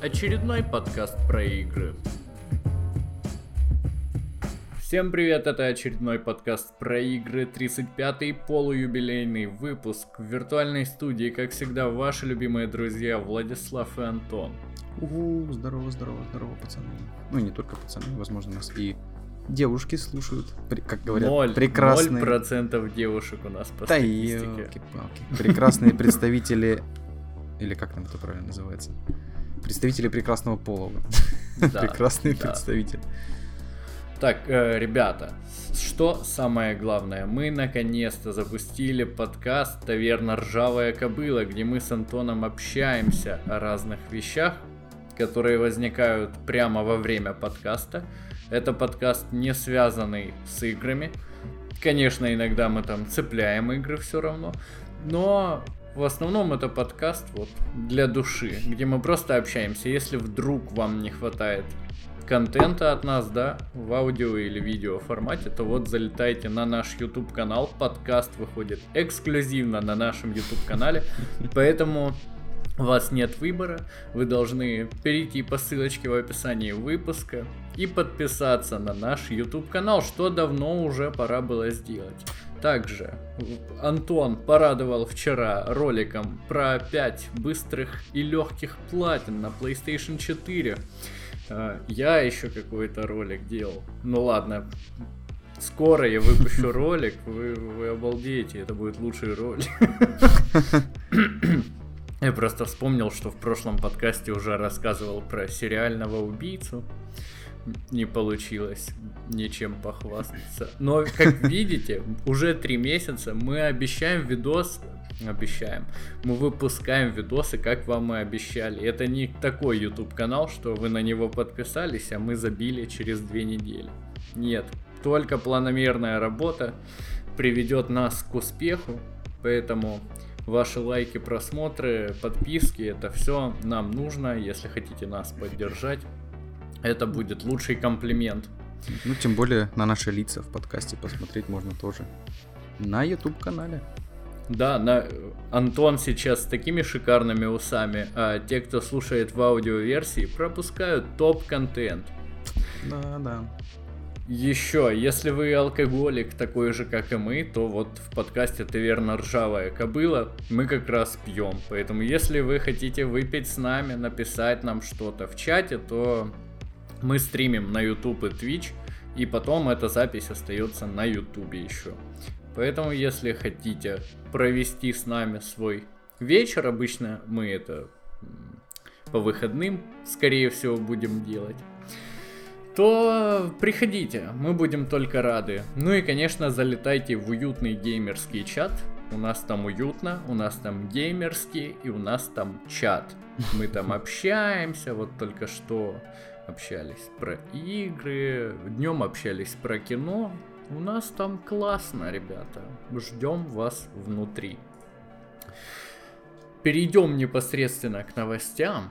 Очередной подкаст про игры. Всем привет, это очередной подкаст про игры, 35-й полуюбилейный выпуск. В виртуальной студии, как всегда, ваши любимые друзья Владислав и Антон. Здорово, пацаны. Ну и не только пацаны, возможно, нас и девушки слушают, как говорят, прекрасные. 0% девушек у нас по статистике. Ёлки-палки. Прекрасные представители, или как там это правильно называется? Представители прекрасного пола. Прекрасные представители. Так, ребята, что самое главное? Мы наконец-то запустили подкаст «Таверна Ржавая Кобыла», где мы с Антоном общаемся о разных вещах, которые возникают прямо во время подкаста. Это подкаст, не связанный с играми. Конечно, иногда мы там цепляем игры все равно, но в основном это подкаст вот для души, где мы просто общаемся. Если вдруг вам не хватает контента от нас, да, в аудио или видео формате, то вот залетайте на наш YouTube канал. Подкаст выходит эксклюзивно на нашем YouTube канале, поэтому у вас нет выбора, вы должны перейти по ссылочке в описании выпуска и подписаться на наш YouTube канал, что давно уже пора было сделать. Также Антон порадовал вчера роликом про 5 быстрых и легких платин на PlayStation 4. Я еще какой-то ролик делал. Ну ладно, скоро я выпущу ролик, вы обалдеете, это будет лучший ролик. Я просто вспомнил, что в прошлом подкасте уже рассказывал про сериального убийцу. Не получилось ничем похвастаться. Но, как видите, уже 3 месяца мы обещаем видос. Мы выпускаем видосы, как вам и обещали. Это не такой YouTube канал, что вы на него подписались, а мы забили через 2 недели. Нет, только планомерная работа приведет нас к успеху. Поэтому ваши лайки, просмотры, подписки, это все нам нужно, если хотите нас поддержать. Это будет лучший комплимент. Ну, тем более на наши лица в подкасте посмотреть можно тоже на YouTube-канале. Да, Антон сейчас с такими шикарными усами, а те, кто слушает в аудиоверсии, пропускают топ-контент. Да. Еще, если вы алкоголик, такой же, как и мы, то вот в подкасте «Таверна Ржавая Кобыла» мы как раз пьем. Поэтому, если вы хотите выпить с нами, написать нам что-то в чате, то мы стримим на YouTube и Twitch, и потом эта запись остается на YouTube еще. Поэтому, если хотите провести с нами свой вечер, обычно мы это по выходным, скорее всего, будем делать, то приходите, мы будем только рады. Ну и, конечно, залетайте в уютный геймерский чат. У нас там уютно, у нас там геймерский, и у нас там чат. Мы там общаемся, вот только что общались про игры, днем общались про кино. У нас там классно, ребята. Ждем вас внутри. Перейдем непосредственно к новостям.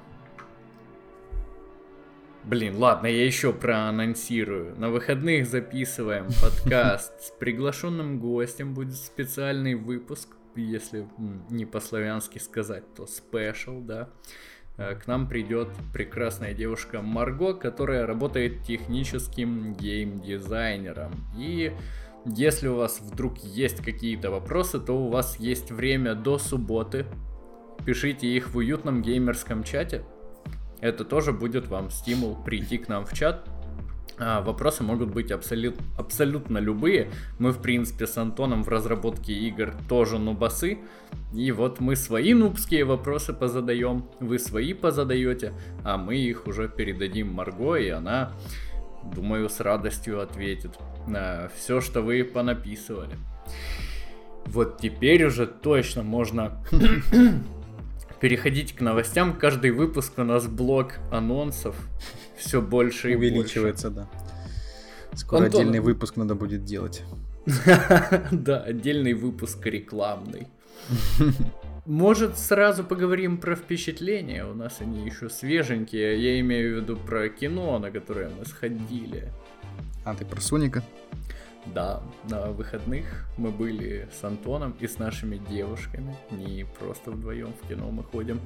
Блин, ладно, я еще проанонсирую. На выходных записываем подкаст с приглашенным гостем. Будет специальный выпуск, если не по-славянски сказать, то спешл, да. К нам придет прекрасная девушка Марго, которая работает техническим геймдизайнером. И если у вас вдруг есть какие-то вопросы, то у вас есть время до субботы. Пишите их в уютном геймерском чате. Это тоже будет вам стимул прийти к нам в чат. Вопросы могут быть абсолютно любые. Мы, в принципе, с Антоном в разработке игр тоже нубасы. И вот мы свои нубские вопросы позадаем, вы свои позадаете, а мы их уже передадим Марго, и она, думаю, с радостью ответит на все, что вы понаписывали. Вот теперь уже точно можно переходить к новостям. Каждый выпуск у нас блок анонсов все больше и увеличивается, больше. Да. Скоро Антон... отдельный выпуск надо будет делать. Да, отдельный выпуск рекламный. Может, сразу поговорим про впечатления? У нас они еще свеженькие. Я имею в виду про кино, на которое мы сходили. А ты про Соника? Да, на выходных мы были с Антоном и с нашими девушками. Не просто вдвоем в кино мы ходим.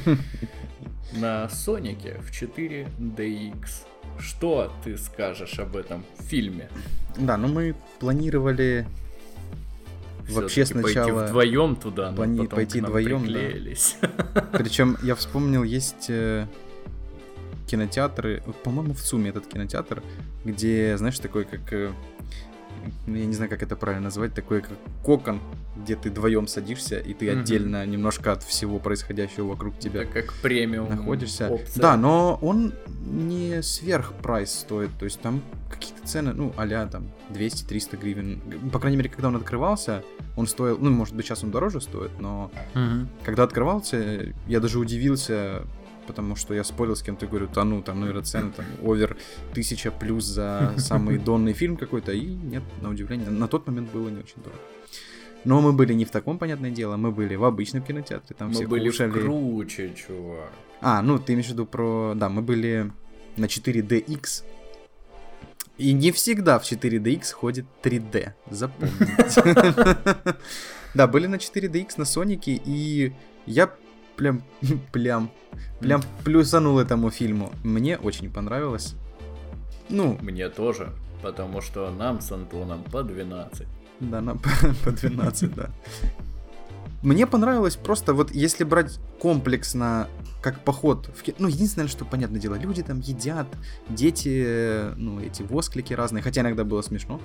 На Сонике в 4DX. Что ты скажешь об этом фильме? Да, ну мы планировали вообще сначала пойти вдвоем туда, но потом пойти к нам вдвоем, приклеились. Да. Причем я вспомнил, есть кинотеатры, по-моему, в ЦУМе этот кинотеатр, где, знаешь, такой как... Я не знаю, как это правильно назвать, такой как кокон, где ты вдвоем садишься, и ты отдельно немножко от всего происходящего вокруг тебя это как премиум находишься. Опция. Да, но он не сверх прайс стоит, то есть там какие-то цены, ну, а-ля там 200-300 гривен. По крайней мере, когда он открывался, он стоил, ну, может быть, сейчас он дороже стоит, но когда открывался, я даже удивился, потому что я спорил с кем-то и говорю, да ну, там, наверное, цены там овер 1000 плюс за самый донный фильм какой-то, и нет, на удивление, на тот момент было не очень дорого. Но мы были не в таком, понятное дело, мы были в обычном кинотеатре, там все кушали. Мы были круче, чувак. А, ну, ты имеешь в виду про... Да, мы были на 4DX, и не всегда в 4DX ходит 3D, запомните. Да, были на 4DX на Сонике, и я прям плюсанул этому фильму. Мне очень понравилось. Ну, мне тоже, потому что нам с Антоном по 12. Да, нам по 12, да. Мне понравилось просто, вот если брать комплексно, как поход в кино, ну, единственное, что, понятное дело, люди там едят, дети, ну, эти восклики разные, хотя иногда было смешно.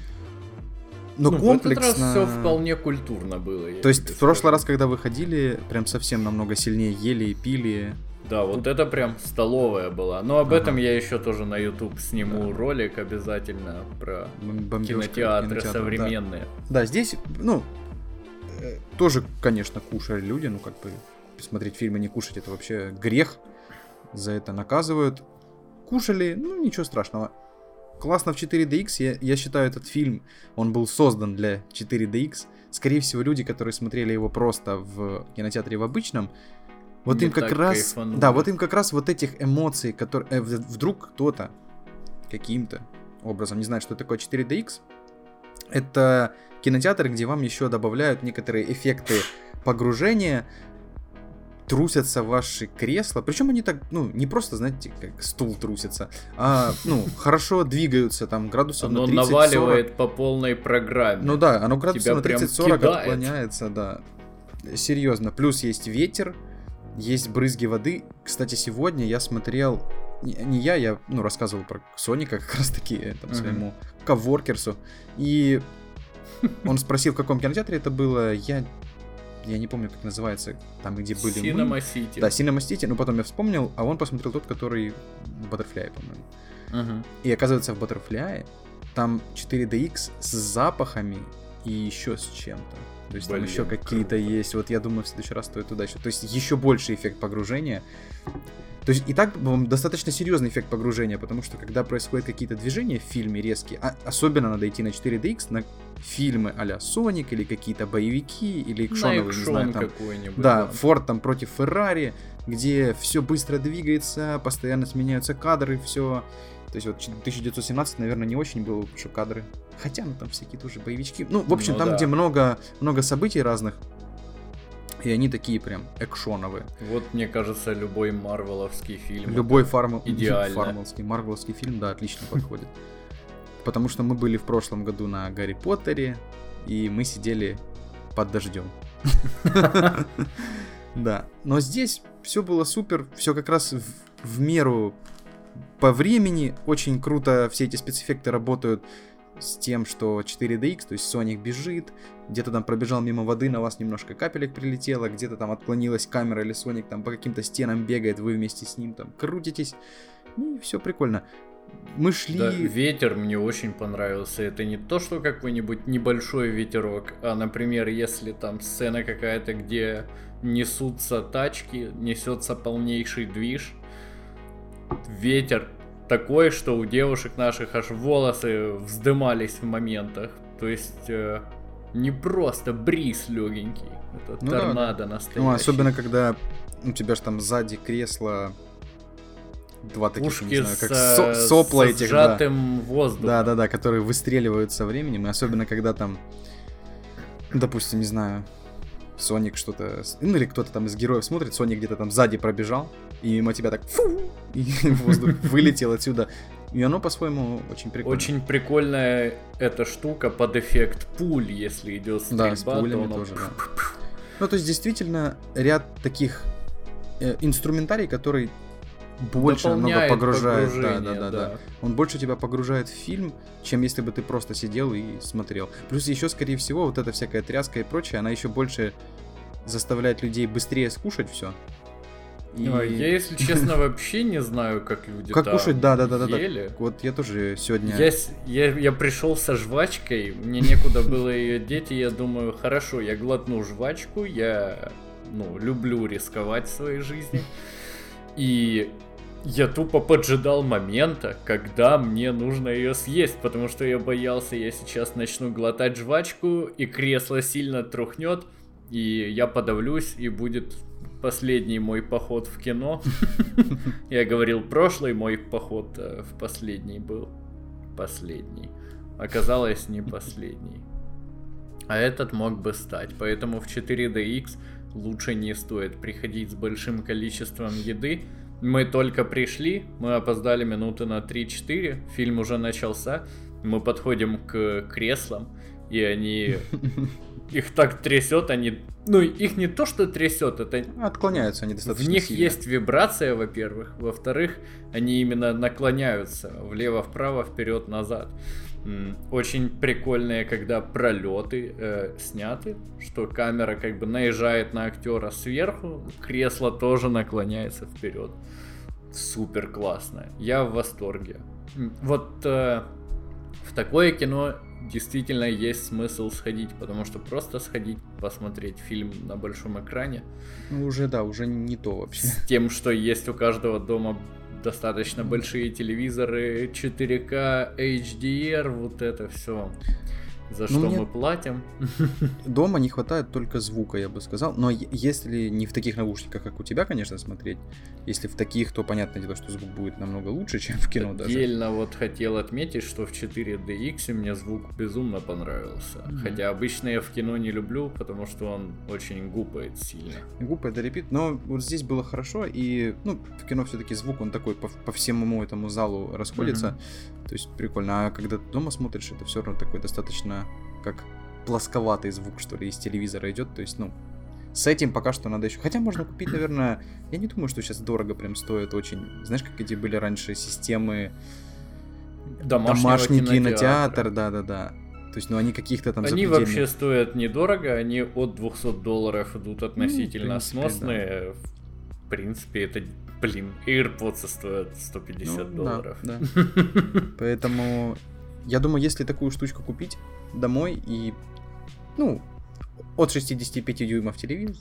Но комплексно... В этот раз все вполне культурно было. То есть в прошлый раз, когда вы ходили, прям совсем намного сильнее ели и пили. Да, вот это прям столовая была. Но об этом я еще тоже на YouTube сниму ролик обязательно про кинотеатры современные. Да, здесь, ну, тоже, конечно, кушали люди, ну, как бы, смотреть фильмы, не кушать, это вообще грех. За это наказывают. Кушали, ну, ничего страшного. Классно в 4DX, я считаю, этот фильм, он был создан для 4DX. Скорее всего, люди, которые смотрели его просто в кинотеатре в обычном, вот им как раз, кайфанули. Да, вот им как раз вот этих эмоций, которые вдруг кто-то каким-то образом не знает, что такое 4DX. Это кинотеатр, где вам еще добавляют некоторые эффекты погружения, трусятся ваши кресла, причем они так, ну, не просто, знаете, как стул трусится, а, ну, хорошо двигаются, там, градусов на 30-40. Оно наваливает по полной программе. Ну да, оно градусов на 30-40 отклоняется, да. Серьезно. Плюс есть ветер, есть брызги воды. Кстати, сегодня я смотрел, я, ну, рассказывал про Соника как раз таки там, своему коворкерсу, и он спросил, в каком кинотеатре это было, я не помню, как называется, там, где были Cinema City. Да, Cinema City, но потом я вспомнил, а он посмотрел тот, который в Butterfly, по-моему. И оказывается, в Butterfly там 4DX с запахами и еще с чем-то. То есть там еще какие-то есть. Вот я думаю, в следующий раз стоит туда еще. То есть еще больше эффект погружения. То есть и так достаточно серьезный эффект погружения, потому что когда происходят какие-то движения в фильме резкие, особенно надо идти на 4DX, на фильмы а-ля Соник или какие-то боевики или экшоновые, не знаю, там, да, Форд там против Феррари, где все быстро двигается, постоянно сменяются кадры, все. То есть вот 1917, наверное, не очень было, что кадры. Хотя, ну там всякие тоже боевички. Ну, в общем, там, где много событий разных. И они такие прям экшоновые. Вот, мне кажется, любой марвеловский фильм. Любой марвеловский фильм, да, отлично подходит. Потому что мы были в прошлом году на Гарри Поттере, и мы сидели под дождем. Да, но здесь все было супер, все как раз в меру по времени. Очень круто все эти спецэффекты работают с тем, что 4DX, то есть Соник бежит, где-то там пробежал мимо воды, на вас немножко капелек прилетело, где-то там отклонилась камера или Соник там по каким-то стенам бегает, вы вместе с ним там крутитесь, и все прикольно. Мы шли... Да, ветер мне очень понравился. Это не то, что какой-нибудь небольшой ветерок, а, например, если там сцена какая-то, где несутся тачки, несется полнейший движ, ветер такой, что у девушек наших аж волосы вздымались в моментах. То есть не просто бриз легенький, это торнадо настоящий. Ну, особенно когда у тебя же там сзади кресло два таких, пушки, не знаю, как сопла этих, сжатым воздухом. Да, которые выстреливают со временем, и особенно когда там, допустим, не знаю, Соник что-то, ну или кто-то там из героев смотрит, Соник где-то там сзади пробежал, и мимо тебя так фу, и воздух вылетел отсюда. И оно по-своему очень прикольно. Очень прикольная эта штука под эффект пуль, если идет стрельба. Да, с пулями тоже, да. Ну, то есть, действительно, ряд таких инструментарий, который больше намного погружает. Да. Он больше тебя погружает в фильм, чем если бы ты просто сидел и смотрел. Плюс еще, скорее всего, вот эта всякая тряска и прочее, она еще больше заставляет людей быстрее скушать все. И... Я, если честно, вообще не знаю, как люди как там кушать, да. ели. Вот я тоже сегодня... Я пришел со жвачкой, мне некуда было ее деть, и я думаю, хорошо, я глотну жвачку, я люблю рисковать в своей жизни. И я тупо поджидал момента, когда мне нужно ее съесть, потому что я боялся, я сейчас начну глотать жвачку, и кресло сильно трухнет, и я подавлюсь, и будет последний мой поход в кино. Я говорил, прошлый мой поход в последний был последний. Оказалось, не последний. А этот мог бы стать. Поэтому в 4DX лучше не стоит приходить с большим количеством еды. Мы только пришли, мы опоздали минуты на 3-4, фильм уже начался. Мы подходим к креслам, и они... Их так трясет, они... Ну, их не то, что трясет, это... Отклоняются они достаточно В них сильно. есть вибрация, во-первых. Во-вторых, они именно наклоняются влево-вправо, вперед-назад. Очень прикольные, когда пролеты сняты, что камера как бы наезжает на актера сверху, кресло тоже наклоняется вперед. Супер классно. Я в восторге. Вот в такое кино действительно есть смысл сходить, потому что просто сходить, посмотреть фильм на большом экране. Ну уже не то вообще. С тем, что есть у каждого дома достаточно большие телевизоры, 4К, HDR, вот это все. За что мы платим. Дома не хватает только звука, я бы сказал. Но если не в таких наушниках, как у тебя, конечно, смотреть, если в таких, то понятное дело, что звук будет намного лучше, чем в кино даже. Отдельно вот хотел отметить, что в 4DX мне звук безумно понравился. Хотя обычно я в кино не люблю, потому что он очень гупает сильно. Гупает, репит, но вот здесь было хорошо, и в кино все-таки звук, он такой по всему этому залу расходится. То есть прикольно. А когда ты дома смотришь, это все равно такой достаточно как плосковатый звук, что ли, из телевизора идет. То есть, с этим пока что надо еще. Хотя можно купить, наверное, я не думаю, что сейчас дорого прям стоит очень. Знаешь, как эти были раньше системы домашний кинотеатр, да. То есть, они каких-то там Они вообще стоят недорого, они от $200 идут относительно сносные. Да. В принципе, это... AirPods стоят $150. Да. Поэтому я думаю, если такую штучку купить домой и, от 65 дюймов телевизор.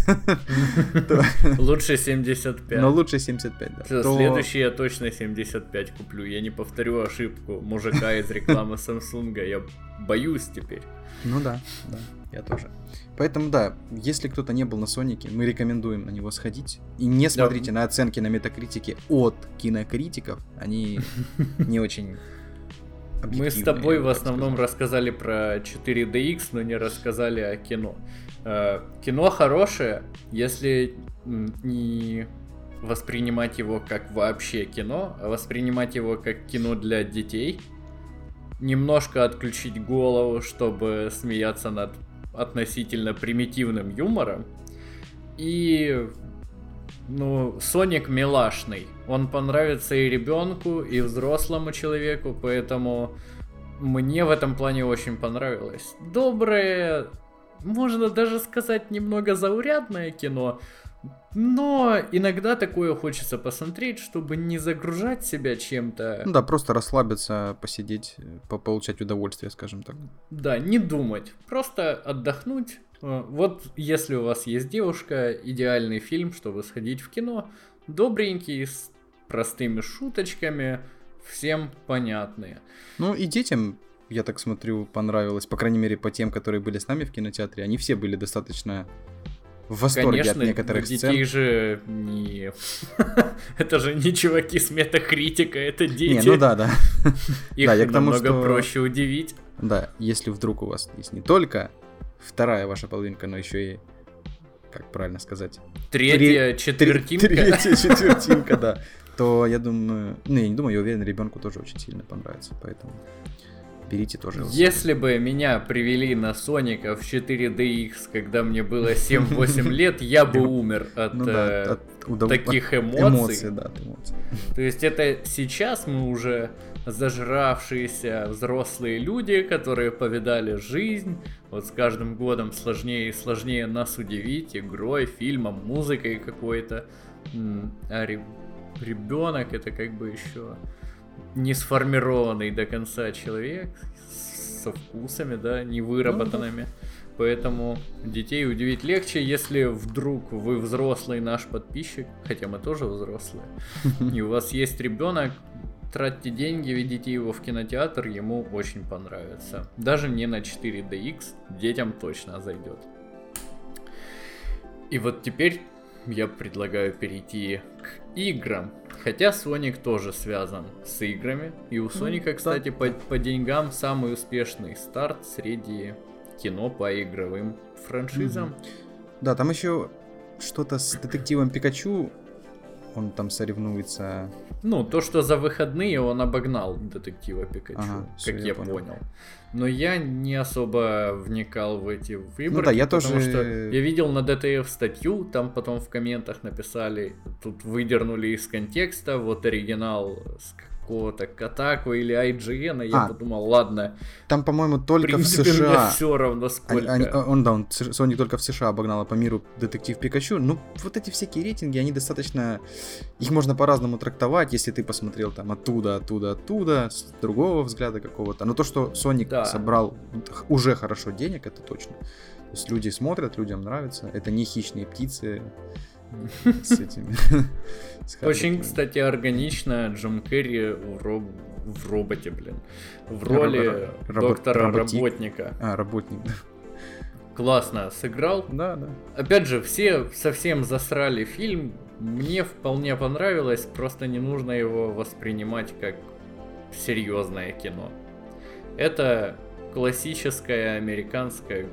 Лучше 75. Но лучше 75, да. Следующий я точно 75 куплю. Я не повторю ошибку мужика из рекламы Samsung. Я боюсь теперь. Ну да, я тоже. Поэтому да, если кто-то не был на Сонике, мы рекомендуем на него сходить. И не смотрите на оценки на Метакритике от кинокритиков. Они не очень объективные. Мы с тобой в основном рассказали про 4DX, но не рассказали о кино. Кино хорошее, если не воспринимать его как вообще кино, а воспринимать его как кино для детей. Немножко отключить голову, чтобы смеяться над относительно примитивным юмором. И Соник милашный. Он понравится и ребенку, и взрослому человеку, поэтому мне в этом плане очень понравилось. Доброе, можно даже сказать, немного заурядное кино, но иногда такое хочется посмотреть, чтобы не загружать себя чем-то. Да, просто расслабиться, посидеть, получать удовольствие, скажем так. Да, не думать, просто отдохнуть. Вот если у вас есть девушка, идеальный фильм, чтобы сходить в кино. Добренький, с простыми шуточками, всем понятные. И детям, я так смотрю, понравилось. По крайней мере, по тем, которые были с нами в кинотеатре. Они все были достаточно в восторге конечно, от некоторых детей сцен. же не... Это же не чуваки с Метакритика, это дети. Не, ну да. Их Да, я к тому, намного что... проще удивить. Да, если вдруг у вас есть не только вторая ваша половинка, но еще и, как правильно сказать... Третья четвертинка. Третья четвертинка, да. То я думаю... Ну, я не думаю, я уверен, ребенку тоже очень сильно понравится, поэтому... Берите тоже. Если бы меня привели на Соника в 4DX, когда мне было 7-8 лет, я бы умер от таких эмоций. Да, от эмоций. То есть это сейчас мы уже зажравшиеся взрослые люди, которые повидали жизнь. Вот с каждым годом сложнее и сложнее нас удивить игрой, фильмом, музыкой какой-то. А ребенок это как бы еще... не сформированный до конца человек, со вкусами, да, не выработанными. Поэтому детей удивить легче, если вдруг вы взрослый наш подписчик, хотя мы тоже взрослые, и у вас есть ребенок, тратьте деньги, ведите его в кинотеатр, ему очень понравится. Даже не на 4DX, детям точно зайдет. И вот теперь я предлагаю перейти к играм. Хотя Sonic тоже связан с играми. И у Соника, кстати, по деньгам самый успешный старт среди кино по игровым франшизам. Да, там еще что-то с детективом Пикачу. Он там соревнуется. Ну, то, что за выходные он обогнал детектива Пикачу, как я понял. Но я не особо вникал в эти выборки, ну, да, я потому тоже... что я видел на DTF статью, там потом в комментах написали, тут выдернули из контекста, вот оригинал с какого-то Kotaku или IGN, я подумал, ладно. Там, по-моему, только в США. Мне все равно сколько. Sony только в США обогнала по миру детектив Пикачу. Ну, вот эти всякие рейтинги, они достаточно... Их можно по-разному трактовать, если ты посмотрел там оттуда, с другого взгляда какого-то. Но то, что Sonic собрал уже хорошо денег, это точно. То есть люди смотрят, людям нравится. Это не хищные птицы с этими... Очень, кстати, органично Джим Керри в роботе, в роли доктора Работника. Работник. Классно сыграл. Да. Опять же, все совсем засрали фильм. Мне вполне понравилось, просто не нужно его воспринимать как серьезное кино. Это классическая американская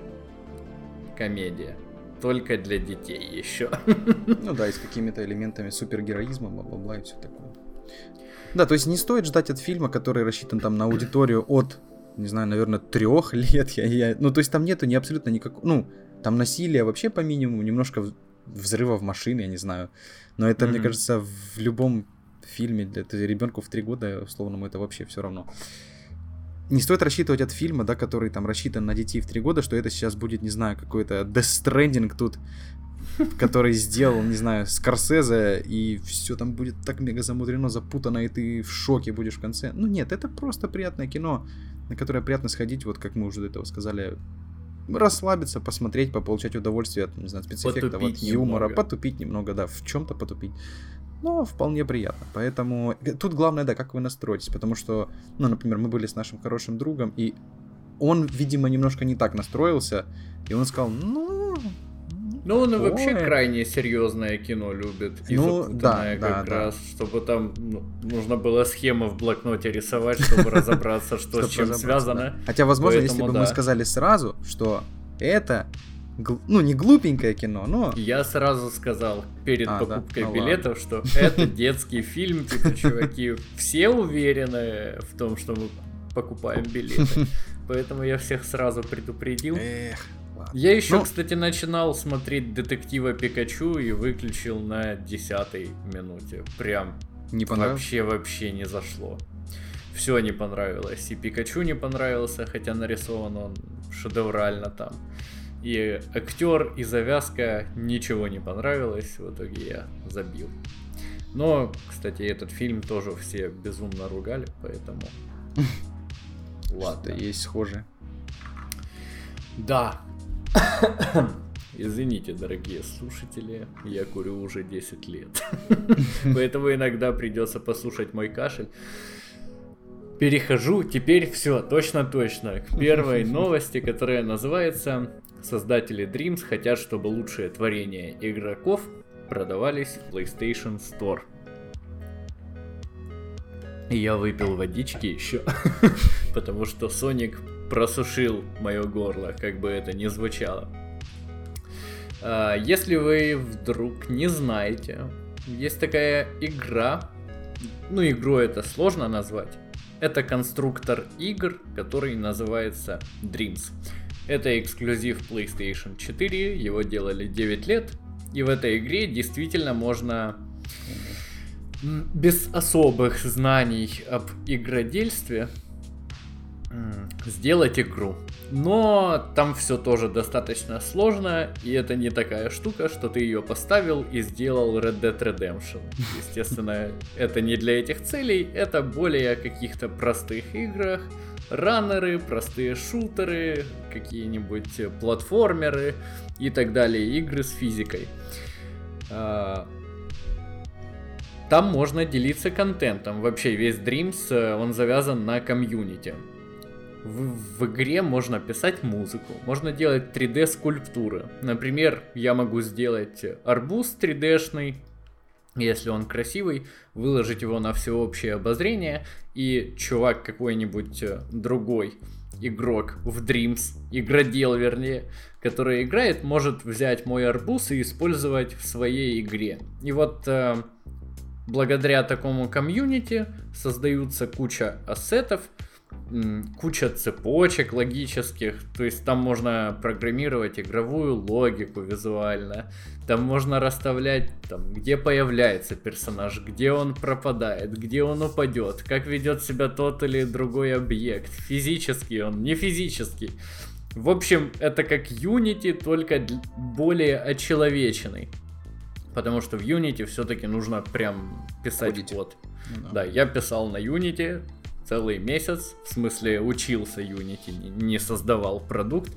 комедия. Только для детей еще. Ну да, и с какими-то элементами супергероизма, бла-бла-бла и все такое. Да, то есть не стоит ждать от фильма, который рассчитан там на аудиторию от, не знаю, наверное, 3 лет. Ну, то есть там нету абсолютно никакого... Ну, там насилия вообще по минимуму, немножко взрывов машин, я не знаю. Но это, мне кажется, в любом фильме для ребенку в 3 года, условному, это вообще все равно. Не стоит рассчитывать от фильма, да, который там рассчитан на детей в 3 года, что это сейчас будет, не знаю, какой-то Death Stranding тут, который сделал, не знаю, Скорсезе, и все там будет так мега замудрено, запутано, и ты в шоке будешь в конце. Ну нет, это просто приятное кино, на которое приятно сходить, вот как мы уже до этого сказали, расслабиться, посмотреть, получать удовольствие от, не знаю, спецэффектов, от юмора, потупить немного, да, в чем-то потупить. Но вполне приятно. Поэтому тут главное, да, как вы настроитесь. Потому что, ну, например, мы были с нашим хорошим другом, и он, видимо, немножко не так настроился. И он сказал, ну, он вообще крайне серьезное кино любит. И запутанное как раз, чтобы там нужно было схему в блокноте рисовать, чтобы разобраться, что с чем связано. Хотя, возможно, если бы мы сказали сразу, что это... Ну, не глупенькое кино, но... Я сразу сказал перед покупкой билетов, что это детский фильм, типа, чуваки, все уверены в том, что мы покупаем билеты. Поэтому я всех сразу предупредил. Я еще, кстати, начинал смотреть детектива Пикачу и выключил на 10-й минуте. Прям не вообще не зашло. Все не понравилось. И Пикачу не понравился, хотя нарисован он шедеврально там. И актер, и завязка, ничего не понравилось, в итоге я забил. Но, кстати, этот фильм тоже все безумно ругали, поэтому... Ладно. Есть схожее. Да. Извините, дорогие слушатели, я курю уже 10 лет. Поэтому иногда придется послушать мой кашель. перехожу теперь все, точно, к первой новости, которая называется «Создатели Dreams хотят, чтобы лучшие творения игроков продавались в PlayStation Store». И я выпил водички еще, потому что Соник просушил мое горло, как бы это ни звучало. Если вы вдруг не знаете, есть такая игра, ну игру это сложно назвать, это конструктор игр, который называется Dreams. Это эксклюзив PlayStation 4, его делали 9 лет, и в этой игре действительно можно без особых знаний об игродельстве сделать игру. Но там все тоже достаточно сложно, и это не такая штука, что ты ее поставил и сделал Red Dead Redemption. Естественно, это не для этих целей, это более о каких-то простых играх, раннеры, простые шутеры, какие-нибудь платформеры и так далее, игры с физикой. Там можно делиться контентом. Вообще весь Dreams, он завязан на комьюнити. В игре можно писать музыку, можно делать 3D-скульптуры. Например, я могу сделать арбуз 3D-шный, если он красивый, выложить его на всеобщее обозрение, и чувак какой-нибудь другой игрок в Dreams, игродел вернее, который играет, может взять мой арбуз и использовать в своей игре. И вот благодаря такому комьюнити создаются куча ассетов, куча цепочек логических, то есть там можно программировать игровую логику визуально, там можно расставлять, там, где появляется персонаж, где он пропадает, где он упадет, как ведет себя тот или другой объект, физический он, не физический. В общем, это как Unity, только более очеловеченный. Потому что в Unity все-таки нужно прям писать код. Да, я писал на Unity целый месяц, в смысле учился Unity, не создавал продукт.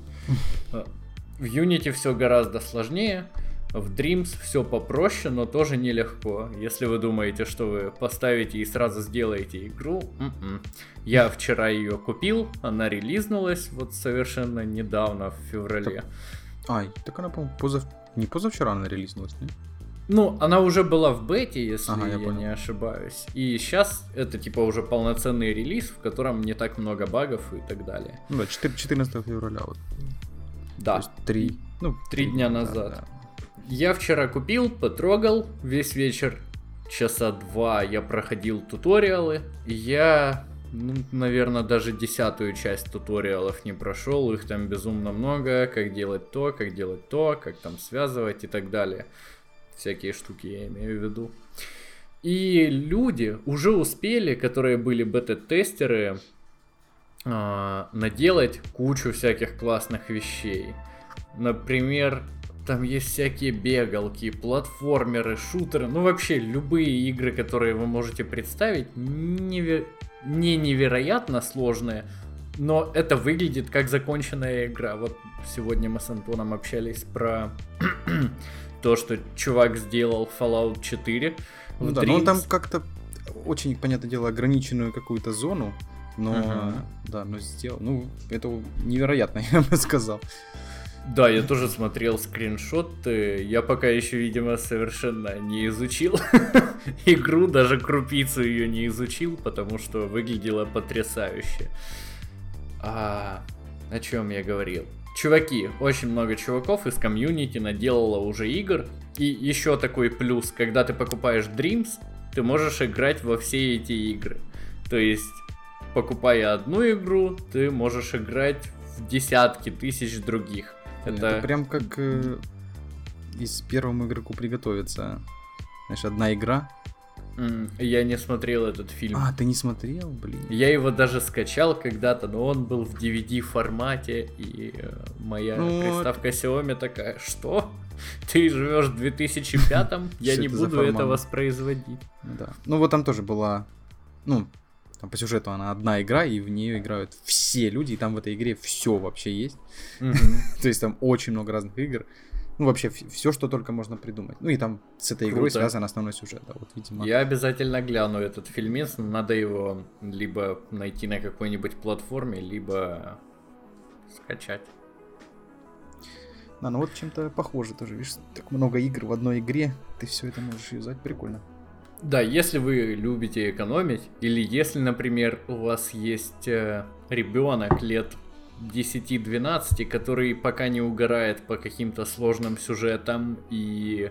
В Unity все гораздо сложнее, в Dreams все попроще, но тоже нелегко. Если вы думаете, что вы поставите и сразу сделаете игру, я вчера ее купил, она релизнулась вот совершенно недавно, в феврале. Так она, по-моему, не позавчера она релизнулась, не? Ну, она уже была в бете, если я не ошибаюсь. И сейчас это типа уже полноценный релиз, в котором не так много багов и так далее. Ну да, 14 февраля вот. Да. То есть 3 дня назад. Да. Я вчера купил, потрогал весь вечер. Часа 2 я проходил туториалы. И я, наверное, даже 10-ю часть туториалов не прошел. Их там безумно много. Как делать то, как там связывать и так далее. Всякие штуки я имею в виду. И люди уже успели, которые были бета-тестеры, наделать кучу всяких классных вещей. Например, там есть всякие бегалки, платформеры, шутеры. Ну вообще любые игры, которые вы можете представить, не невероятно сложные, но это выглядит как законченная игра. Вот сегодня мы с Антоном общались про то, что чувак сделал Fallout 4 в Dreams. Ну там как-то очень, понятное дело, ограниченную какую-то зону, но но сделал. Ну, это невероятно, я бы сказал. Да, я тоже смотрел скриншоты. Я пока еще, видимо, совершенно не изучил игру, даже крупицу ее не изучил, потому что выглядело потрясающе. О чем я говорил? Чуваки, очень много чуваков из комьюнити наделало уже игр. И еще такой плюс, когда ты покупаешь Dreams, ты можешь играть во все эти игры. То есть, покупая одну игру, ты можешь играть в десятки тысяч других. Это прям как из первому игроку приготовиться. Знаешь, одна игра. Я не смотрел этот фильм. Ты не смотрел, блин? Я его даже скачал когда-то, но он был в DVD формате, и моя приставка Xiaomi такая: что? Ты живешь в 2005-м? Я не буду это воспроизводить. Да. Ну вот там тоже была, там по сюжету она одна игра, и в нее играют все люди, и там в этой игре все вообще есть. То есть там очень много разных игр. Ну, вообще, все, что только можно придумать. Ну, и там с этой игрой связан основной сюжет, да, вот, видимо. Я обязательно гляну этот фильмец, надо его либо найти на какой-нибудь платформе, либо скачать. Да, ну вот чем-то похоже тоже, видишь, так много игр в одной игре, ты все это можешь юзать, прикольно. Да, если вы любите экономить, или если, например, у вас есть ребенок лет 10-12, который пока не угорает по каким-то сложным сюжетам и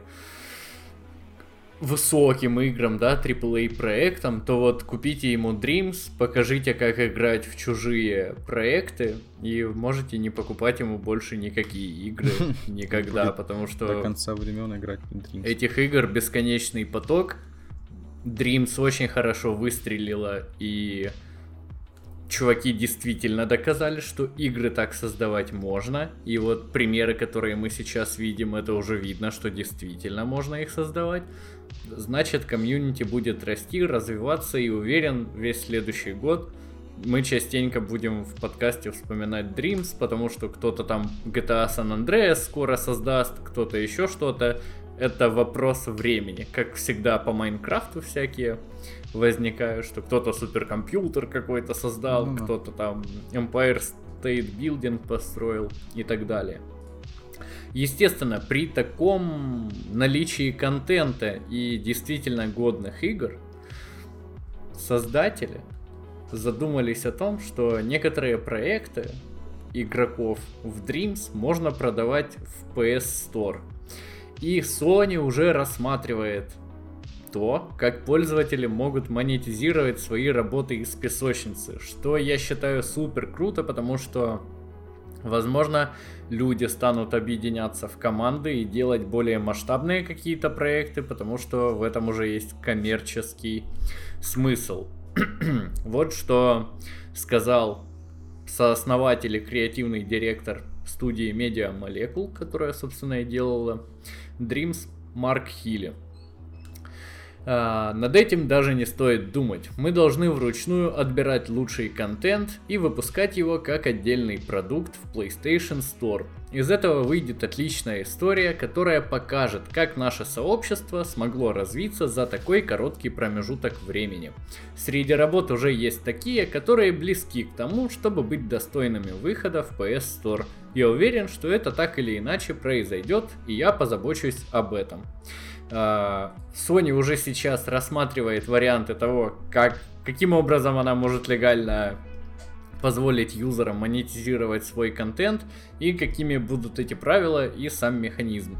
высоким играм, да, AAA проектам, то вот купите ему Dreams, покажите, как играть в чужие проекты, и можете не покупать ему больше никакие игры никогда, потому что до конца времен играть в Dreams. Этих игр бесконечный поток. Dreams очень хорошо выстрелила, и чуваки действительно доказали, что игры так создавать можно. И вот примеры, которые мы сейчас видим, это уже видно, что действительно можно их создавать. Значит, комьюнити будет расти, развиваться, и уверен, весь следующий год мы частенько будем в подкасте вспоминать Dreams, потому что кто-то там GTA San Andreas скоро создаст, кто-то еще что-то. Это вопрос времени. Как всегда по Майнкрафту всякие возникают, что кто-то суперкомпьютер какой-то создал, кто-то там Empire State Building построил и так далее. Естественно, при таком наличии контента и действительно годных игр, создатели задумались о том, что некоторые проекты игроков в Dreams можно продавать в PS Store. И Sony уже рассматривает то, как пользователи могут монетизировать свои работы из песочницы, что я считаю супер круто, потому что, возможно, люди станут объединяться в команды и делать более масштабные какие-то проекты, потому что в этом уже есть коммерческий смысл. Вот что сказал сооснователь и креативный директор студии Media Molecule, которая, собственно, и делала Dreams, Марк Хилли. Над этим даже не стоит думать. Мы должны вручную отбирать лучший контент и выпускать его как отдельный продукт в PlayStation Store. Из этого выйдет отличная история, которая покажет, как наше сообщество смогло развиться за такой короткий промежуток времени. Среди работ уже есть такие, которые близки к тому, чтобы быть достойными выхода в PS Store. Я уверен, что это так или иначе произойдет, и я позабочусь об этом. Sony уже сейчас рассматривает варианты того, каким образом она может легально позволить юзерам монетизировать свой контент и какими будут эти правила и сам механизм.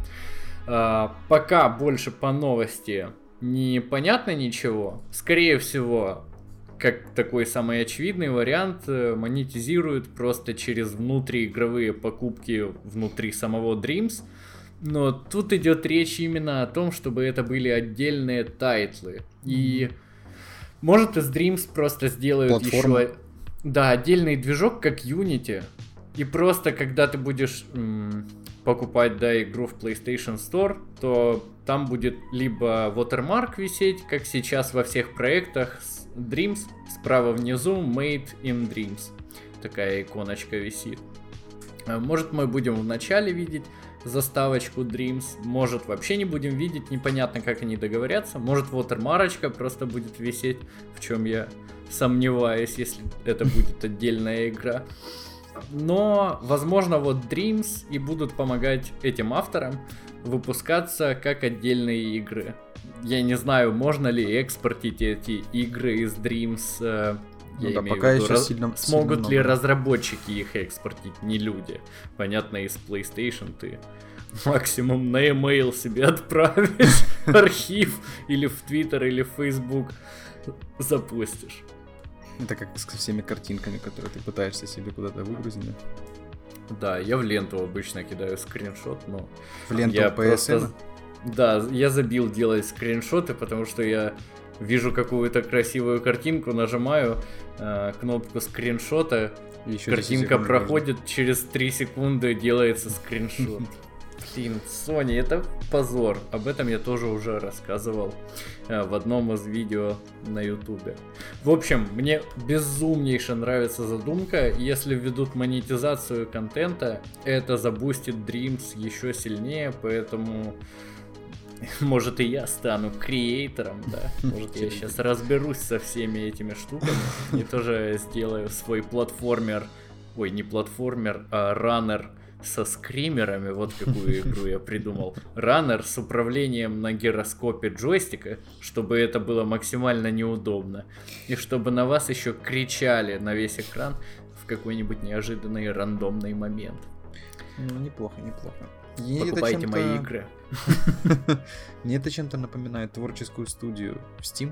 Пока больше по новости не понятно ничего. Скорее всего, как такой самый очевидный вариант, монетизируют просто через внутриигровые покупки внутри самого Dreams. Но тут идет речь именно о том, чтобы это были отдельные тайтлы. И может из Dreams просто сделают еще отдельный движок, как Unity. И просто когда ты будешь покупать игру в PlayStation Store, то там будет либо watermark висеть, как сейчас во всех проектах с Dreams, справа внизу Made in Dreams. Такая иконочка висит. Может, мы будем в начале видеть заставочку Dreams, может, вообще не будем видеть, непонятно, как они договорятся, может, watermarочка просто будет висеть, в чем я сомневаюсь, если это будет отдельная игра. Но, возможно, вот Dreams и будут помогать этим авторам выпускаться как отдельные игры. Я не знаю, можно ли экспортить эти игры из Dreams. Пока еще сильно смогут ли разработчики их экспортить, не люди. Понятно, из PlayStation ты максимум на email себе отправишь архив, или в Twitter, или в Facebook запустишь. Это как со всеми картинками, которые ты пытаешься себе куда-то выгрузить. Да, я в ленту обычно кидаю скриншот, но... В ленту PSN? Да, я забил делать скриншоты, потому что я вижу какую-то красивую картинку, нажимаю кнопку скриншота, картинка проходит, через 3 секунды делается скриншот. Блин, Sony, это позор. Об этом я тоже уже рассказывал в одном из видео на ютубе. В общем, мне безумнейше нравится задумка. Если введут монетизацию контента, это забустит Dreams еще сильнее, поэтому... Может, и я стану креатором, да? Может, я сейчас разберусь со всеми этими штуками и тоже сделаю свой платформер... Ой, не платформер, а раннер со скримерами. Вот какую игру я придумал. Раннер с управлением на гироскопе джойстика, чтобы это было максимально неудобно. И чтобы на вас еще кричали на весь экран в какой-нибудь неожиданный рандомный момент. Ну, неплохо, неплохо. Покупайте мои игры. Мне это чем-то напоминает творческую студию в Steam,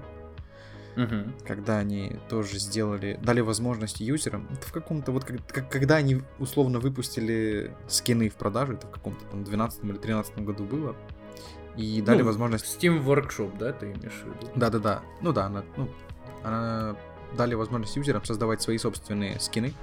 когда они тоже дали возможность юзерам, это в каком-то, вот когда они условно выпустили скины в продажу, это в каком-то там 12 или 13 году было, и дали возможность... Steam Workshop, да, ты имеешь в виду? Да-да-да, ну да, она дали возможность юзерам создавать свои собственные скины.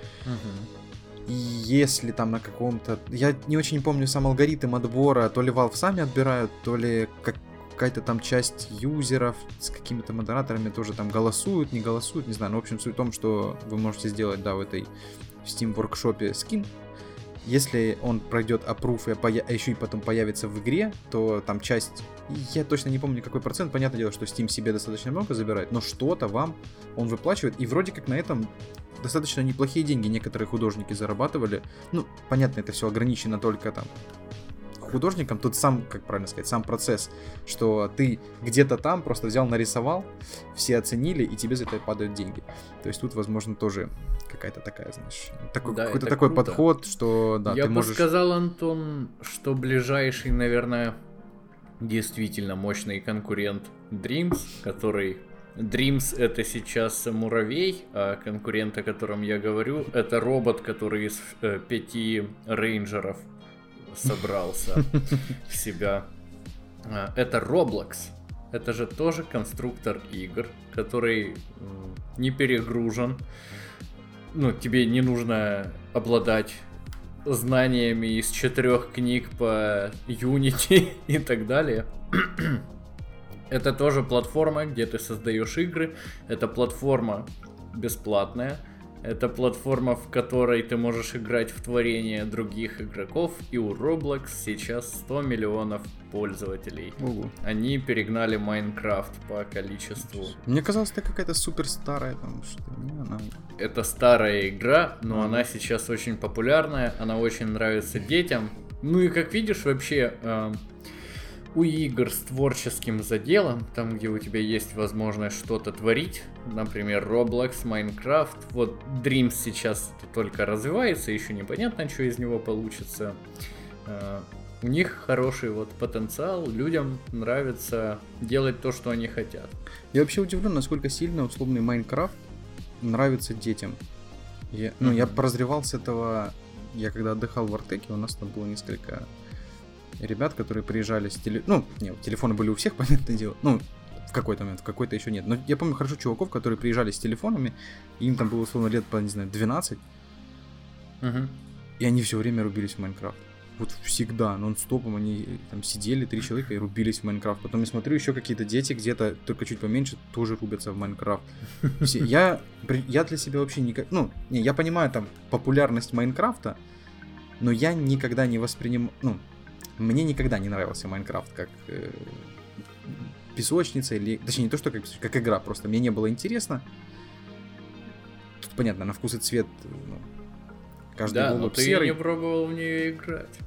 И если там на каком-то... Я не очень помню сам алгоритм отбора, то ли Valve сами отбирают, то ли какая-то там часть юзеров с какими-то модераторами тоже там голосуют, не голосуют, не знаю. Но, в общем, суть в том, что вы можете сделать, да, в Steam Workshop скин. Если он пройдет approve, а еще и потом появится в игре, то там часть... Я точно не помню, какой процент. Понятное дело, что Steam себе достаточно много забирает, но что-то вам он выплачивает. И вроде как на этом достаточно неплохие деньги некоторые художники зарабатывали. Ну, понятно, это все ограничено только там художникам. Тут сам, как правильно сказать, сам процесс, что ты где-то там просто взял, нарисовал, все оценили, и тебе за это падают деньги. То есть тут, возможно, тоже какая-то такая, знаешь, какой-то такой круто. Подход, что да, я ты можешь... бы сказал, Антон, что ближайший, наверное, действительно мощный конкурент Dreams, который... Dreams — это сейчас муравей, а конкурент, о котором я говорю, это робот, который из 5 рейнджеров собрался в себя. Это Roblox. Это же тоже конструктор игр, который не перегружен. Ну, тебе не нужно обладать знаниями из 4 книг по Unity и так далее. Это тоже платформа, где ты создаешь игры. Это платформа бесплатная. Это платформа, в которой ты можешь играть в творения других игроков. И у Roblox сейчас 100 миллионов пользователей. Ого. Они перегнали Minecraft по количеству. Мне казалось, это какая-то супер старая там что-то. Это старая игра, но она сейчас очень популярная. Она очень нравится детям. Ну и как видишь, вообще... У игр с творческим заделом, там, где у тебя есть возможность что-то творить, например, Roblox, Minecraft, вот Dreams сейчас только развивается, еще непонятно, что из него получится. У них хороший вот потенциал, людям нравится делать то, что они хотят. Я вообще удивлен, насколько сильно условный Minecraft нравится детям. Я прозревал с этого, я когда отдыхал в Артеке, у нас там было несколько... ребят, которые приезжали с телефоны были у всех, понятное дело. Ну, в какой-то момент, в какой-то еще нет. Но я помню хорошо чуваков, которые приезжали с телефонами, и им там было, условно, лет, по, не знаю, 12. И они все время рубились в Майнкрафт. Вот всегда, нон-стопом они там сидели, 3 человека, и рубились в Майнкрафт. Потом я смотрю, еще какие-то дети где-то, только чуть поменьше, тоже рубятся в Майнкрафт. Я для себя вообще никак... я понимаю там популярность Майнкрафта, но я никогда не воспринимаю... Мне никогда не нравился Майнкрафт как песочница, или... Точнее, не то, что как игра, просто мне не было интересно. Тут, понятно, на вкус и цвет каждый голубь серый. Да, но ты не пробовал в нее играть.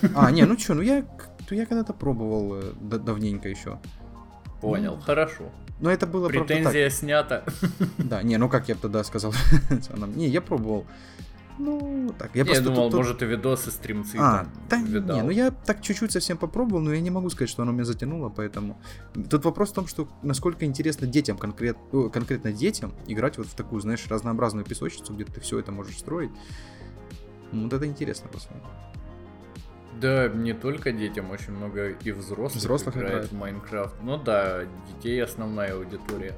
Я когда-то пробовал давненько еще. Понял, хорошо. Но это было претензия снята. Да, как я бы тогда сказал. Я пробовал. Так. Я думал, может, и видосы, стримцы видал. Я так чуть-чуть совсем попробовал, но я не могу сказать, что оно меня затянуло, поэтому... Тут вопрос в том, что насколько интересно детям, конкретно детям, играть вот в такую, знаешь, разнообразную песочницу, где ты все это можешь строить. Вот это интересно, по-своему. Да, не только детям, очень много и взрослых играет в Майнкрафт. Ну да, детей основная аудитория.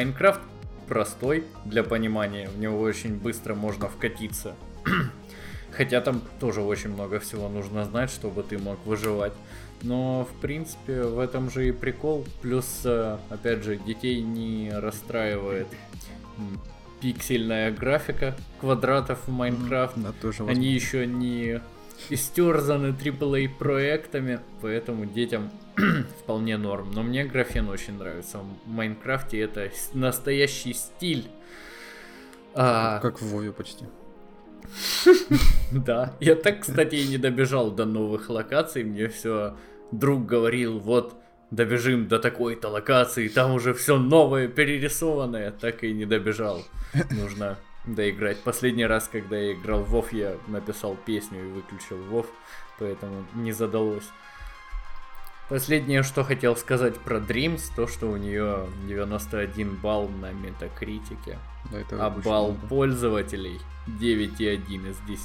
Майнкрафт простой для понимания, в него очень быстро можно вкатиться. Хотя там тоже очень много всего нужно знать, чтобы ты мог выживать. Но, в принципе, в этом же и прикол. Плюс, опять же, детей не расстраивает пиксельная графика квадратов в Майнкрафт. Они еще не истерзаны AAA проектами, поэтому детям вполне норм. Но мне графен очень нравится. В Майнкрафте это настоящий стиль. Как в Вове почти. Да, я так, кстати, и не добежал до новых локаций. Мне все друг говорил, вот, добежим до такой-то локации, там уже все новое, перерисованное. Так и не добежал. Нужно доиграть. Последний раз, когда я играл в WoW, я написал песню и выключил WoW, поэтому не задалось. Последнее, что хотел сказать про Dreams, то, что у нее 91 балл на метакритике, а балл пользователей 9,1 из 10.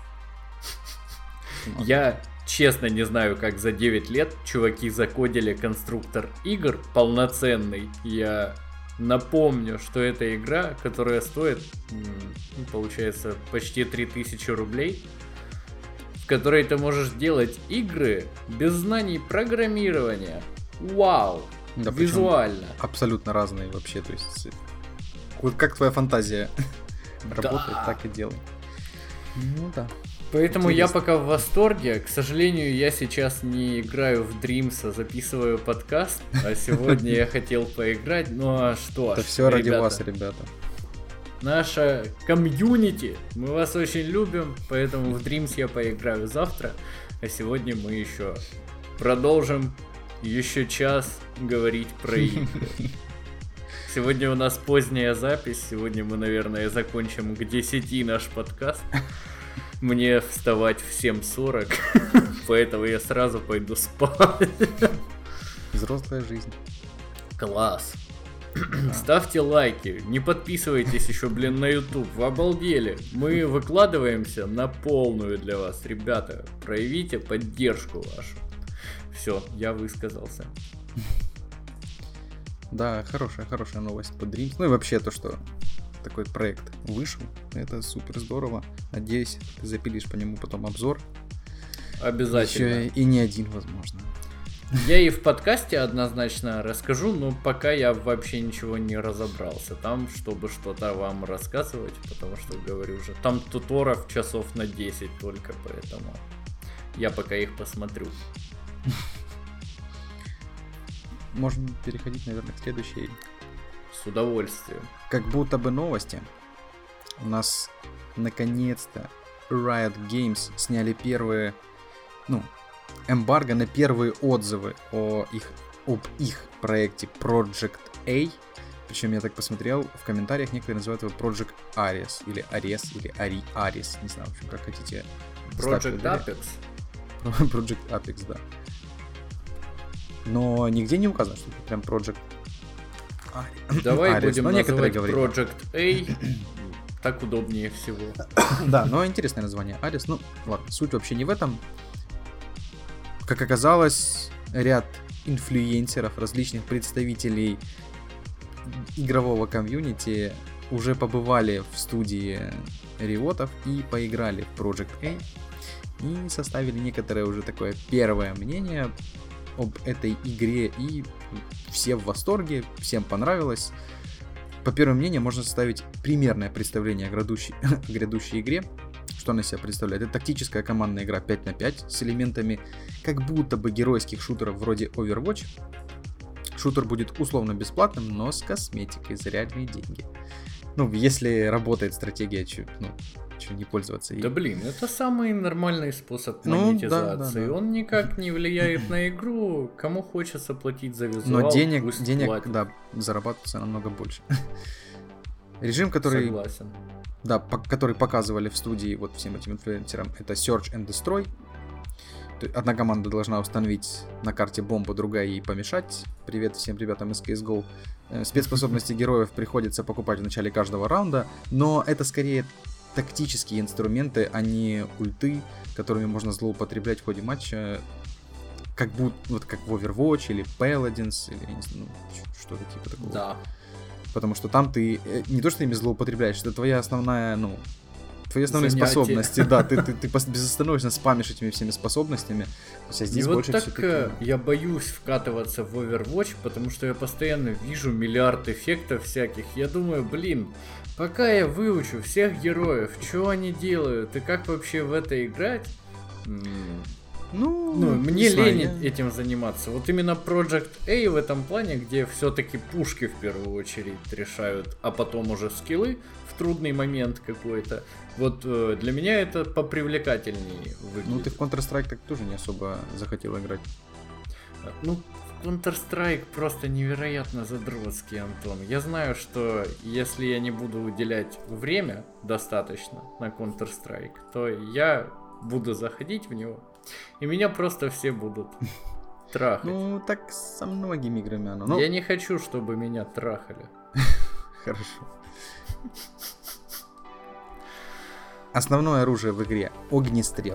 Я честно не знаю, как за 9 лет чуваки закодили конструктор игр полноценный. Я напомню, что это игра, которая стоит, получается, почти 3000 рублей, в которой ты можешь делать игры без знаний программирования. Вау! Да, визуально. Абсолютно разные вообще, то есть вот как твоя фантазия работает, так и делай. Ну да. Поэтому интересно. Я пока в восторге. К сожалению, я сейчас не играю в Dreams, а записываю подкаст. А сегодня я хотел поиграть. Ну а что ж, это все ради вас, ребята. Наша комьюнити. Мы вас очень любим. Поэтому в Dreams я поиграю завтра. А сегодня мы еще продолжим еще час говорить про игры. Сегодня у нас поздняя запись. Сегодня мы, наверное, закончим к 10 наш подкаст. Мне вставать в 7:40, поэтому я сразу пойду спать. Взрослая жизнь. Класс. Ставьте лайки, не подписывайтесь еще, на YouTube, вы обалдели. Мы выкладываемся на полную для вас, ребята. Проявите поддержку вашу. Все, я высказался. Да, хорошая новость по Dreams. Ну и вообще то, что такой проект вышел, это супер здорово. Надеюсь, ты запилишь по нему потом обзор. Обязательно. Еще и не один, возможно. Я и в подкасте однозначно расскажу, но пока я вообще ничего не разобрался там, чтобы что-то вам рассказывать, потому что, говорю же, там туторов часов на 10 только, поэтому я пока их посмотрю. Можем переходить, наверное, к следующей. С удовольствием. Как будто бы новости. У нас наконец-то Riot Games сняли первые, эмбарго на первые отзывы об их проекте Project A. Причем я так посмотрел, в комментариях некоторые называют его Project Ares, или Ares, или Ares, не знаю, в общем, как хотите. Project Apex? Project Apex, да. Но нигде не указано, что это прям Project Давай Ares. Будем называть Project A, так удобнее всего. Да, но интересное название Ares. Ну, ладно, суть вообще не в этом. Как оказалось, ряд инфлюенсеров, различных представителей игрового комьюнити уже побывали в студии Риотов и поиграли в Project A. И составили некоторое уже такое первое мнение об этой игре, и все в восторге, всем понравилось. По первому мнению можно составить примерное представление о грядущей игре. Что она себя представляет? Это тактическая командная игра 5 на 5 с элементами как будто бы геройских шутеров вроде Overwatch. Шутер будет условно бесплатным, но с косметикой за реальные деньги. Ну, если работает стратегия, чё не пользоваться ей. Да блин, это самый нормальный способ монетизации. Да. Он никак не влияет на игру. Кому хочется платить за визуал, но денег да, зарабатывается намного больше. Режим, который... Согласен. Да, который показывали в студии вот всем этим инфлюенсерам, это Search and Destroy. Одна команда должна установить на карте бомбу, другая ей помешать. Привет всем ребятам из CSGO. Спецспособности героев приходится покупать в начале каждого раунда, но это скорее тактические инструменты, а не ульты, которыми можно злоупотреблять в ходе матча, как будто вот как в Overwatch или Paladins, или что-то типа такого. Да. Потому что там ты не то, что ими злоупотребляешь, это твоя основная, твои основные способности, да, ты безостановочно спамишь этими всеми способностями. То есть, а здесь и больше вот так я боюсь вкатываться в Overwatch, потому что я постоянно вижу миллиард эффектов всяких. Я думаю, пока я выучу всех героев, что они делают и как вообще в это играть, мне лень этим заниматься. Вот именно Project A в этом плане, где все-таки пушки в первую очередь решают, а потом уже скиллы в трудный момент какой-то. Вот для меня это попривлекательнее выглядит. Ну ты в Counter-Strike так тоже не особо захотел играть. Counter-Strike просто невероятно задротский, Антон. Я знаю, что если я не буду уделять время достаточно на Counter-Strike, то я буду заходить в него, и меня просто все будут трахать. Ну, так со многими играми оно. Я не хочу, чтобы меня трахали. Хорошо. Основное оружие в игре — огнестрел.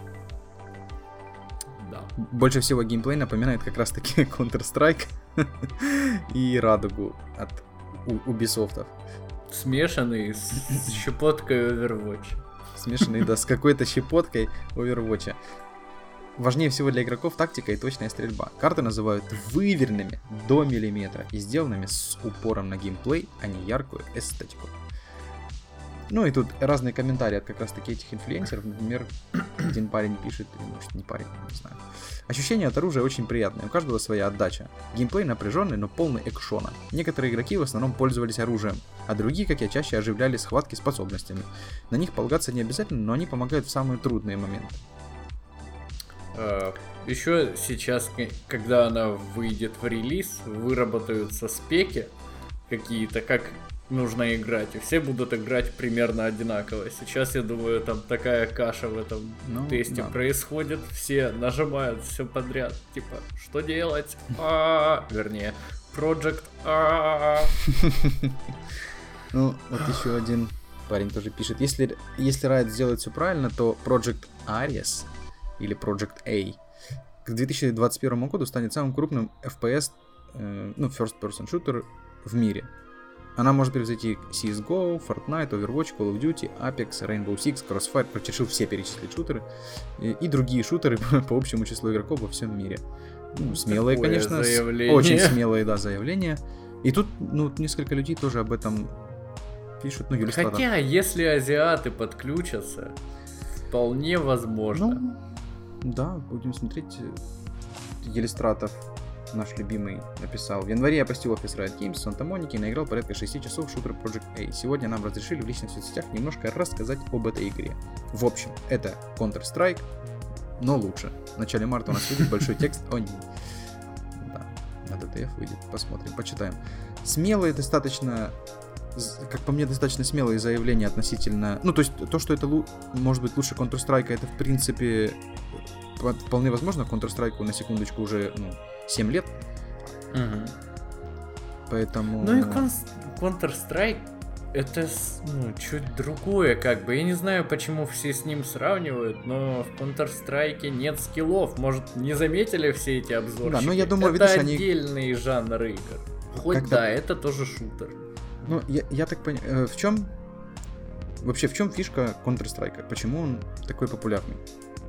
Да. Больше всего геймплей напоминает как раз-таки Counter-Strike и Радугу от Ubisoft'ов. Смешанный с щепоткой Overwatch. Смешанный, да, с какой-то щепоткой Overwatch. Важнее всего для игроков тактика и точная стрельба. Карты называют выверенными до миллиметра и сделанными с упором на геймплей, а не яркую эстетику. Ну и тут разные комментарии от как раз таки этих инфлюенсеров. Например, один парень пишет, или может не парень, не знаю. Ощущение от оружия очень приятное, у каждого своя отдача. Геймплей напряженный, но полный экшона. Некоторые игроки в основном пользовались оружием, а другие, как я, чаще оживляли схватки способностями. На них полагаться не обязательно, но они помогают в самые трудные моменты. Еще сейчас, когда она выйдет в релиз, выработаются спеки какие-то, как нужно играть, и все будут играть примерно одинаково. Сейчас, я думаю, там такая каша в этом тесте происходит, все нажимают все подряд, типа, что делать? Вернее, Project Ну, вот еще один парень тоже пишет, если Riot сделает все правильно, то Project Ares или Project A к 2021 году станет самым крупным FPS, First Person Shooter в мире. Она может превзойти CSGO, Fortnite, Overwatch, Call of Duty, Apex, Rainbow Six, Crossfire, решил все перечислить шутеры, и другие шутеры по общему числу игроков во всем мире. Смелые, такое конечно, заявление. Очень смелые, да, заявления. И тут, несколько людей тоже об этом пишут, Юлистрата. Хотя, если азиаты подключатся, вполне возможно. Да, будем смотреть. Елистратов, наш любимый, написал: в январе я посетил офис Riot Games в Санта-Монике и наиграл порядка 6 часов в шутер Project A. Сегодня нам разрешили в личных соцсетях немножко рассказать об этой игре. В общем, это Counter-Strike, но лучше. В начале марта у нас выйдет большой текст о ней. Да, на DTF выйдет, посмотрим, почитаем. Смелые достаточно, как по мне, достаточно смелые заявления относительно... то есть то, что это может быть лучше Counter-Strike, это в принципе вполне возможно. Counter-Strike, на секундочку, уже 7 лет. Угу. Поэтому... и Counter-Strike это чуть другое, как бы. Я не знаю, почему все с ним сравнивают, но в Counter-Strike нет скиллов. Может, не заметили все эти обзорчики? Да, но я думаю, это видишь, отдельный жанр игр. Хоть да, это тоже шутер. Я так понимаю, в чем фишка Counter-Strike? Почему он такой популярный?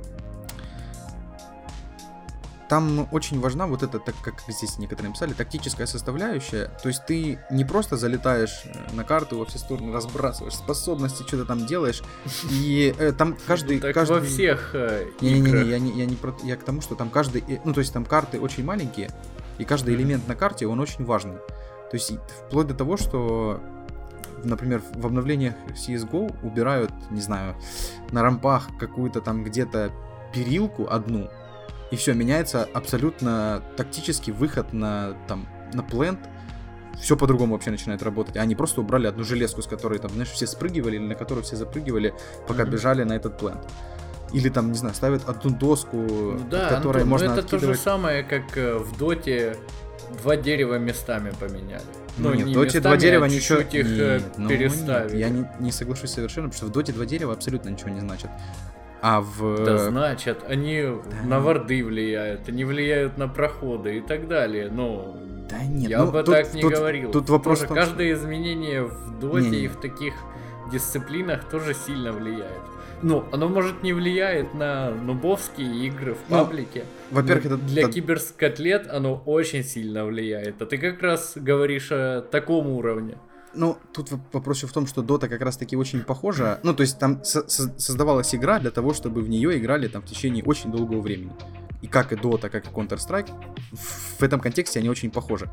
Там очень важна вот эта, так как здесь некоторые написали, тактическая составляющая. То есть ты не просто залетаешь на карту, во все стороны разбрасываешь способности, что-то там делаешь, и там каждый... во всех играх. Я к тому, что там каждый... то есть там карты очень маленькие, и каждый элемент на карте, он очень важный. То есть вплоть до того, что, например, в обновлениях CSGO убирают, не знаю, на рампах какую-то там где-то перилку одну, и все, меняется абсолютно тактический выход на плент. Все по-другому вообще начинает работать. Они просто убрали одну железку, с которой там, знаешь, все спрыгивали, или на которую все запрыгивали, пока бежали на этот плент. Или там, не знаю, ставят одну доску, от которой можно это откидывать. То же самое, как в Доте 2 дерева местами поменяли. Нет, в Доте 2 дерева ничего... их переставили. Я не соглашусь совершенно, потому что в Доте 2 дерева абсолютно ничего не значат. А в... Да, значит, они на варды влияют, они влияют на проходы и так далее, Да нет, я бы так не говорил. Тут вопрос тоже каждое изменение в Доте и в таких дисциплинах тоже сильно влияет. Ну, оно, может, не влияет на нубовские игры в паблике. Во-первых, это... Для киберскотлет оно очень сильно влияет. А ты как раз говоришь о таком уровне. Ну, тут вопрос в том, что Dota как раз-таки очень похожа. Ну, то есть там создавалась игра для того, чтобы в нее играли там в течение очень долгого времени. И как и Dota, как и Counter-Strike, в этом контексте они очень похожи.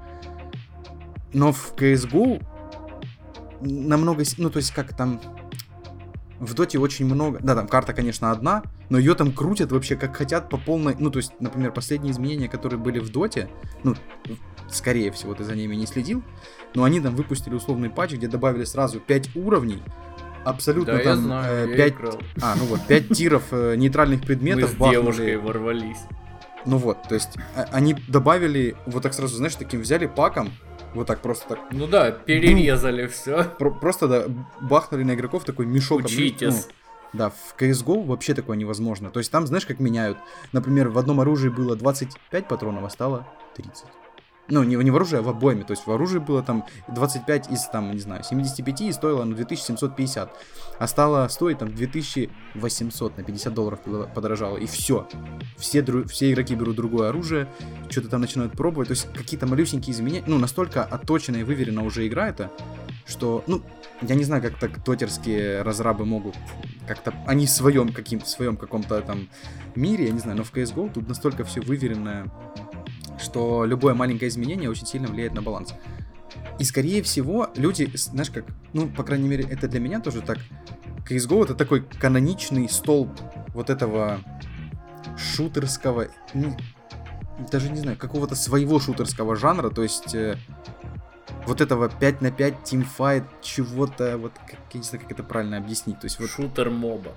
Но в CSGO намного... Ну, то есть как там... В Доте очень много... Да, там карта, конечно, одна, но ее там крутят вообще как хотят по полной... Ну, то есть, например, последние изменения, которые были в Доте, ну, скорее всего, ты за ними не следил, но они там выпустили условный патч, где добавили сразу 5 уровней, абсолютно да, там я знаю, 5... ну вот, 5 тиров нейтральных предметов. Мы с девушкой ворвались. Ну вот, то есть, они добавили, вот так сразу, знаешь, таким взяли паком, вот так просто так. Ну да, перерезали все. Просто, да, бахнули на игроков такой мешок. Учитесь. Да, в CSGO вообще такое невозможно. То есть там, знаешь, как меняют. Например, в одном оружии было 25 патронов, а стало 30. Ну, не в оружии, а в обойме. То есть в оружии было там 25 из, там, не знаю, 75 и стоило, ну, 2750. А стало стоить там 2800, на $50 подорожало. И все. Все игроки берут другое оружие, что-то там начинают пробовать. То есть какие-то малюсенькие изменения. Ну, настолько отточена и выверена уже игра это, что, ну, я не знаю, как так дотерские разрабы могут как-то... Они в своем каком-то там мире, я не знаю, но в CSGO тут настолько все выверенное, что любое маленькое изменение очень сильно влияет на баланс. И, скорее всего, люди, знаешь как, ну, по крайней мере, это для меня тоже так, CSGO это такой каноничный столб вот этого шутерского, даже не знаю, какого-то своего шутерского жанра, то есть вот этого 5 на 5 тимфайт, чего-то, вот, я не знаю, как это правильно объяснить. То есть вот... Шутер-моба.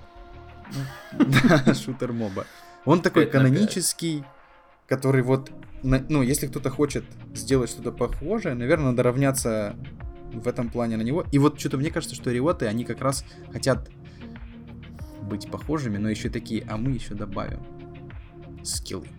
Да, шутер-моба. Он такой канонический, который вот, ну, если кто-то хочет сделать что-то похожее, наверное, надо равняться в этом плане на него. И вот что-то мне кажется, что риоты, они как раз хотят быть похожими, но еще такие, а мы еще добавим скиллы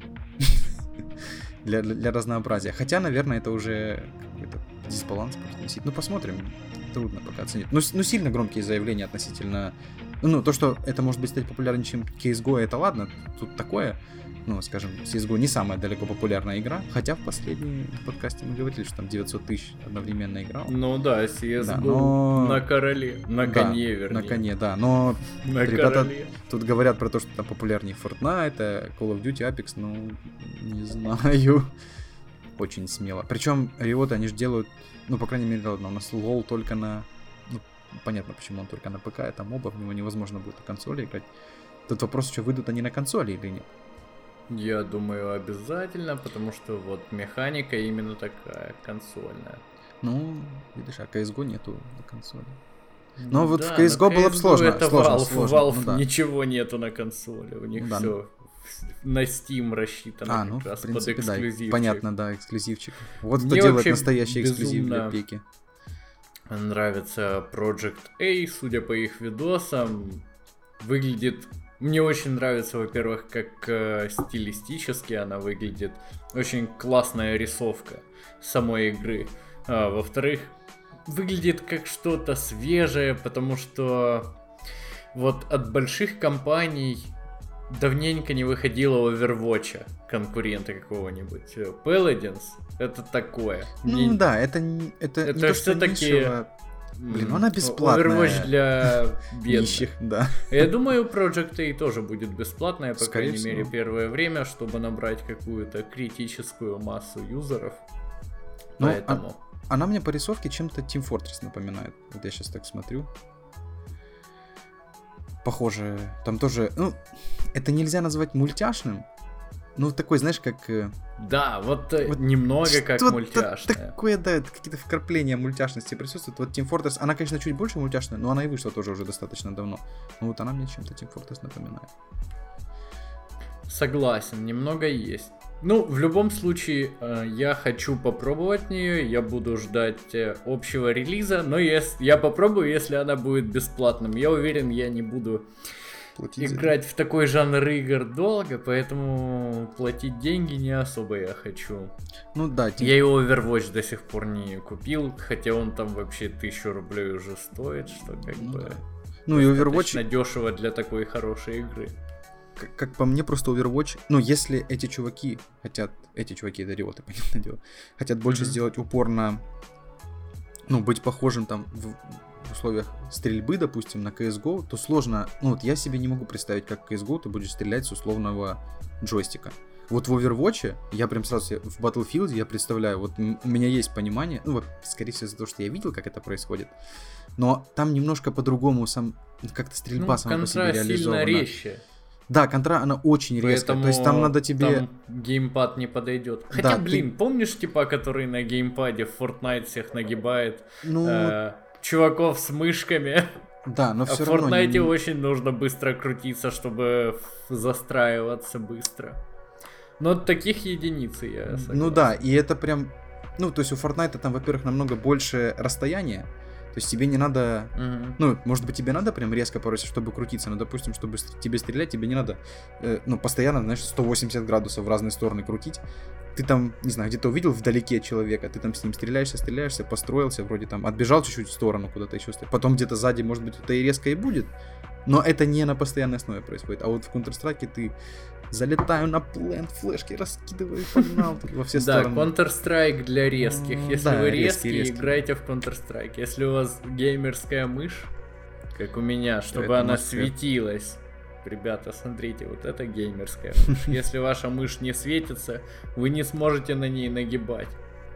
для разнообразия. Хотя, наверное, это уже какой-то дисбаланс будет носить. Ну, посмотрим. Трудно пока оценить. Ну, сильно громкие заявления относительно... Ну, то, что это может быть стать популярнее, чем CSGO, это ладно. Тут такое... Ну, скажем, CSGO не самая далеко популярная игра, хотя в последнем подкасте мы говорили, что там 900 тысяч одновременно играл. Ну да, CSGO да, но... на короле, на коне, вернее. На коне, да, но на ребята короле. Тут говорят про то, что там популярнее Fortnite, Call of Duty, Apex, ну, не знаю, очень смело. Причем Riot, они же делают, ну, по крайней мере, ладно, у нас LoL только на, ну, понятно, почему он только на ПК, это моба, в него невозможно будет на консоли играть. Тут вопрос, что выйдут они на консоли или нет. Я думаю, обязательно, потому что вот механика именно такая, консольная. Ну, видишь, а CSGO нету на консоли. Но вот в CSGO было бы сложно. Это Valve, ну, да. Ничего нету на консоли, у них все на Steam рассчитано как раз принципе, под эксклюзивчик. Да, понятно, да, эксклюзивчик. Вот кто делает настоящий эксклюзив для пеки. Нравится Project A, судя по их видосам, выглядит... Мне очень нравится, во-первых, как стилистически она выглядит. Очень классная рисовка самой игры. Во-вторых, выглядит как что-то свежее, потому что вот от больших компаний давненько не выходило Overwatch, конкурента какого-нибудь. Paladins — это такое. Ну да, это не то, что нишево. Блин, она бесплатная. Overwatch для бедных. Да. Я думаю, Project A тоже будет бесплатная, по крайней мере, первое время, чтобы набрать какую-то критическую массу юзеров. Ну, поэтому... Она мне по рисовке чем-то Team Fortress напоминает. Вот я сейчас так смотрю. Похоже, там тоже... Ну, это нельзя назвать мультяшным. Ну, такой, знаешь, как... Да, вот немного как мультяшная. Такое, да, какие-то вкрапления мультяшности присутствуют. Вот Team Fortress, она, конечно, чуть больше мультяшная, но она и вышла тоже уже достаточно давно. Но вот она мне чем-то Team Fortress напоминает. Согласен, немного есть. Ну, в любом случае, я хочу попробовать нее, я буду ждать общего релиза, но я попробую, если она будет бесплатным. Я уверен, я не буду играть в такой жанр игр долго, поэтому платить деньги не особо я хочу. Ну да. Я и Overwatch до сих пор не купил, хотя он там вообще 1000 рублей уже стоит, что как бы... Ну и Overwatch... достаточно дешево для такой хорошей игры. Как по мне, просто Overwatch... Ну, если эти чуваки хотят... Эти чуваки, это идиоты, понятное дело. Хотят больше сделать упор на... Ну, быть похожим там в условиях стрельбы, допустим, на CSGO, то сложно... Ну, вот я себе не могу представить, как в CSGO ты будешь стрелять с условного джойстика. Вот в Overwatch я прям сразу в Battlefield я представляю, вот у меня есть понимание, ну, вот, скорее всего, из-за того, что я видел, как это происходит, но там немножко по-другому как-то стрельба сама по себе реализована. Контра сильно резче. Да, контра, она очень резкая, то есть там надо тебе... Там геймпад не подойдет. Хотя, да, помнишь типа, который на геймпаде в Fortnite всех нагибает? Ну... Чуваков с мышками. Да, но все равно... В Fortnite не... очень нужно быстро крутиться, чтобы застраиваться быстро. Но таких единиц я согласен. Ну да, и это прям... Ну, то есть у Fortnite там, во-первых, намного больше расстояние. То есть тебе не надо... Ну, может быть, тебе надо прям резко порой, чтобы крутиться, но, допустим, чтобы тебе стрелять, тебе не надо, постоянно, знаешь, 180 градусов в разные стороны крутить. Ты там, не знаю, где-то увидел вдалеке человека, ты там с ним стреляешься, построился, вроде там отбежал чуть-чуть в сторону куда-то еще. Потом где-то сзади, может быть, это и резко и будет, но это не на постоянной основе происходит. А вот в Counter-Strike ты... Залетаю на плент, флешки раскидываю, погнал во все стороны. Да, Counter-Strike для резких. Если вы резкие, играйте в Counter-Strike. Если у вас геймерская мышь, как у меня, чтобы она светилась. Ребята, смотрите, вот это геймерская мышь. Если ваша мышь не светится, вы не сможете на ней нагибать.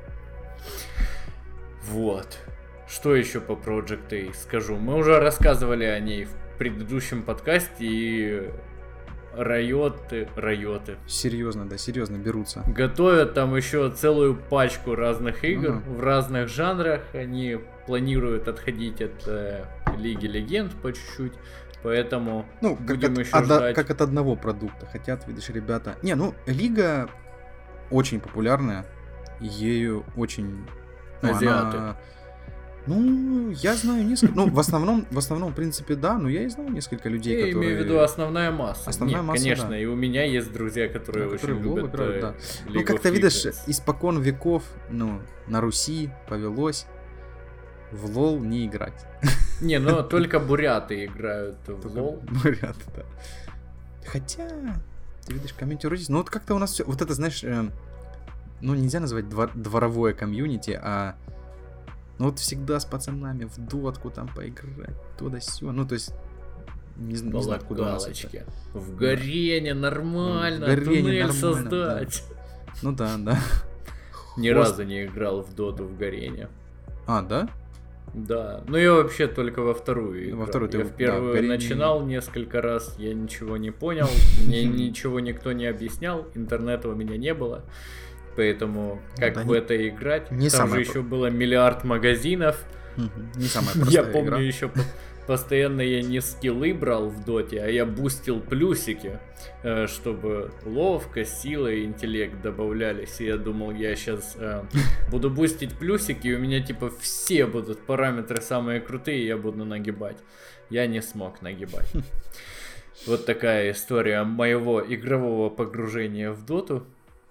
Вот. Что еще по Project A скажу? Мы уже рассказывали о ней в предыдущем подкасте, и... Райоты. Серьезно берутся. Готовят там еще целую пачку разных игр в разных жанрах. Они планируют отходить от Лиги Легенд по чуть-чуть. Поэтому будем еще ждать. Как от одного продукта хотят, видишь, ребята. Не, ну, Лига очень популярная. Ею очень... Азиаты. Ну, я знаю несколько... Ну, в основном, в принципе, да, но я и знаю несколько людей, я которые... имею в виду основная масса. Основная масса, конечно, да. И у меня есть друзья, которые очень любят играют, да. League Ну, как-то, of видишь, Legends. испокон веков, ну, на Руси повелось в лол не играть. Не, ну, только буряты играют в лол. Буряты, да. Хотя, ты видишь, комьюнити, ну, вот как-то у нас все... Вот это, знаешь, ну, нельзя назвать дворовое комьюнити, а... Ну вот всегда с пацанами в дотку там поиграть, туда-сё. Ну то есть, не знаю, откуда у нас это. В Гарене нормально, в Гарене туннель нормально, создать. Да. Ну да. Ни разу не играл в доту в Гарене. А, да? Да, ну я вообще только во вторую играл. Во вторую я в первую начинал несколько раз, я ничего не понял, мне ничего никто не объяснял, интернета у меня не было. Поэтому как в это играть? Там же еще было миллиард магазинов. Не самая простая игра. Я помню еще постоянно я не скиллы брал в доте, а я бустил плюсики, чтобы ловкость, сила и интеллект добавлялись. И я думал, я сейчас буду бустить плюсики, и у меня типа все будут параметры самые крутые, и я буду нагибать. Я не смог нагибать. Вот такая история моего игрового погружения в доту.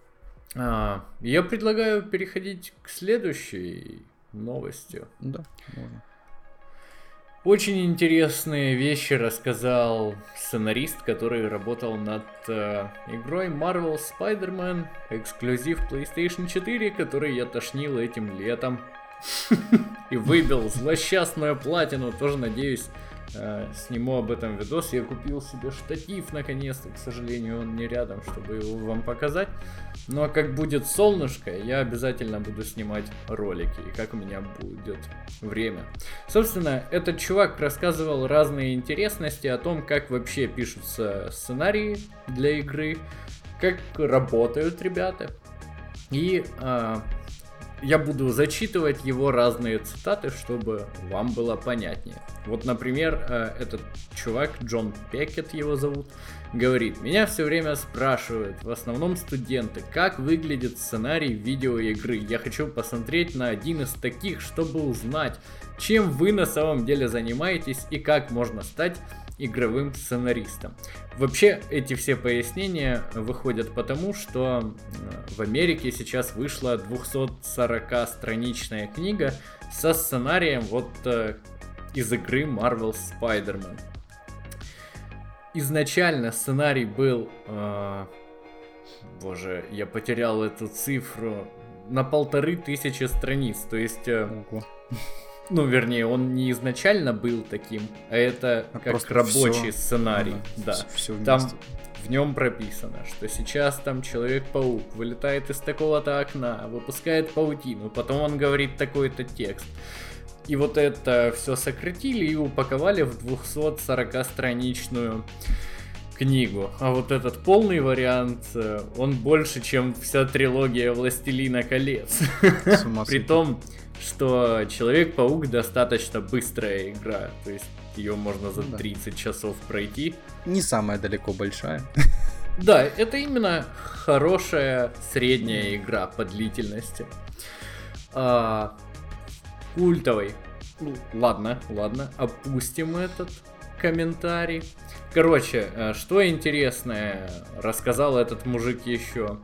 Я предлагаю переходить к следующей новости. Да, можно. Очень интересные вещи рассказал сценарист, который работал над игрой Marvel Spider-Man, эксклюзив PlayStation 4, который я тошнил этим летом. И выбил злосчастную платину. Тоже надеюсь, сниму об этом видос. Я купил себе штатив наконец-то. К сожалению, он не рядом, чтобы его вам показать. Но как будет солнышко, я обязательно буду снимать ролики. И как у меня будет время. Собственно, этот чувак рассказывал разные интересности о том, как вообще пишутся сценарии для игры, как работают ребята. И я буду зачитывать его разные цитаты, чтобы вам было понятнее. Вот, например, этот чувак, Джон Пекет его зовут, говорит: меня все время спрашивают, в основном студенты, как выглядит сценарий видеоигры. Я хочу посмотреть на один из таких, чтобы узнать, чем вы на самом деле занимаетесь и как можно стать игровым сценаристом. Вообще, эти все пояснения выходят потому, что в Америке сейчас вышла 240-страничная книга со сценарием вот из игры Marvel Spider-Man. Изначально сценарий был... боже, я потерял эту цифру. На 1500 страниц, то есть... Ну, вернее, он не изначально был таким, а это как рабочий сценарий. Да. Там в нем прописано, что сейчас там Человек-паук вылетает из такого-то окна, выпускает паутину, потом он говорит такой-то текст. И вот это все сократили и упаковали в 240-страничную книгу. А вот этот полный вариант, он больше, чем вся трилогия «Властелина колец». Притом, что Человек-паук достаточно быстрая игра, то есть ее можно за 30 часов пройти. Не самая далеко большая. Да, это именно хорошая средняя игра по длительности. Культовый. Ладно, опустим этот комментарий. Короче, что интересное рассказал этот мужик еще.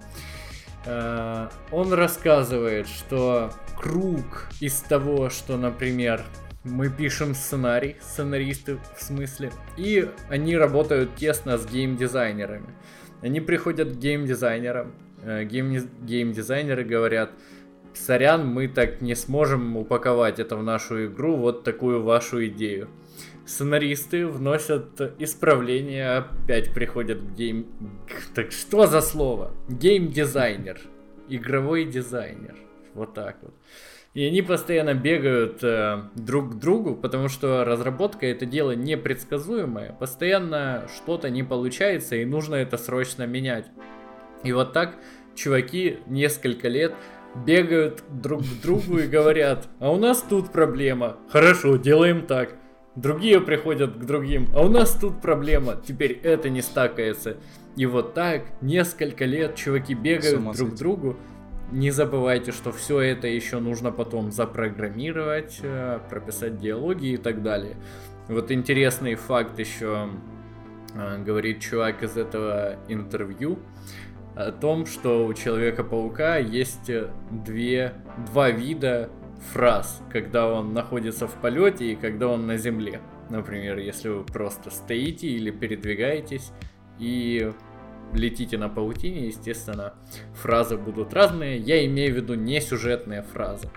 Он рассказывает, что круг из того, что, например, мы пишем сценаристы в смысле, и они работают тесно с геймдизайнерами. Они приходят к геймдизайнерам, геймдизайнеры говорят: сорян, мы так не сможем упаковать это в нашу игру, вот такую вашу идею. Сценаристы вносят исправления, опять приходят к Так что за слово? Геймдизайнер. Игровой дизайнер. Вот так вот. И они постоянно бегают друг к другу, потому что разработка — это дело непредсказуемое. Постоянно что-то не получается, и нужно это срочно менять. И вот так чуваки несколько лет бегают друг к другу и говорят: а у нас тут проблема. Хорошо, делаем так. Другие приходят к другим: а у нас тут проблема, теперь это не стакается. И вот так несколько лет чуваки бегают друг к другу. Не забывайте, что все это еще нужно потом запрограммировать, прописать диалоги и так далее. Вот интересный факт еще говорит чувак из этого интервью о том, что у Человека-паука есть два вида фраз, когда он находится в полете и когда он на земле. Например, если вы просто стоите или передвигаетесь и летите на паутине, естественно, фразы будут разные. Я имею в виду не сюжетные фразы.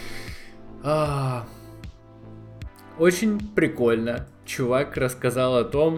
Очень прикольно. Чувак рассказал о том,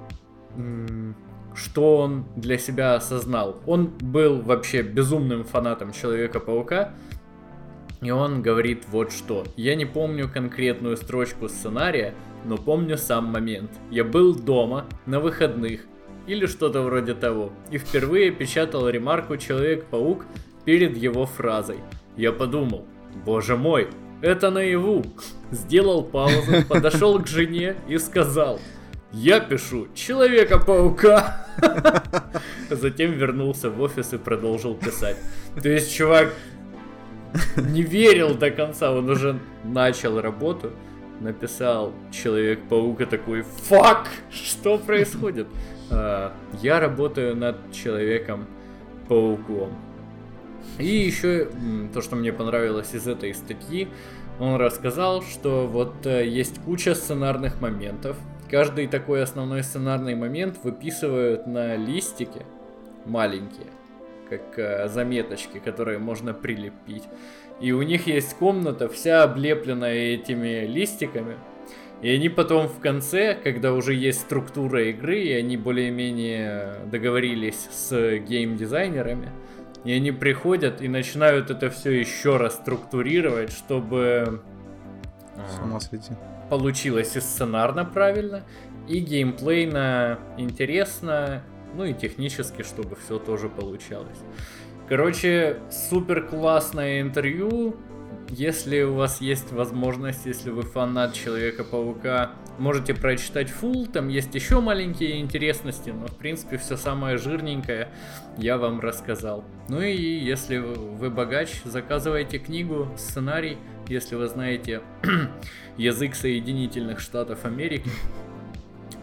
что он для себя осознал. Он был вообще безумным фанатом Человека-паука. И он говорит вот что. Я не помню конкретную строчку сценария, но помню сам момент. Я был дома на выходных или что-то вроде того, и впервые печатал ремарку «Человек-паук» перед его фразой. Я подумал: боже мой, это наяву. Сделал паузу, подошел к жене и сказал: я пишу Человека-паука. Затем вернулся в офис и продолжил писать. То есть чувак не верил до конца, он уже начал работу, написал Человек-паук и такой: фак, что происходит? Я работаю над Человеком-пауком. И еще то, что мне понравилось из этой статьи, он рассказал, что вот есть куча сценарных моментов. Каждый такой основной сценарный момент выписывают на листике маленькие, как заметочки, которые можно прилепить. И у них есть комната, вся облепленная этими листиками. И они потом в конце, когда уже есть структура игры, и они более-менее договорились с геймдизайнерами, и они приходят и начинают это все еще раз структурировать, чтобы получилось и сценарно правильно, и геймплейно интересно, ну и технически, чтобы все тоже получалось. Короче, супер классное интервью. Если у вас есть возможность, если вы фанат Человека-паука, можете прочитать фулл, там есть еще маленькие интересности, но в принципе все самое жирненькое я вам рассказал. Ну и если вы богач, заказывайте книгу, сценарий, если вы знаете язык Соединительных Штатов Америки.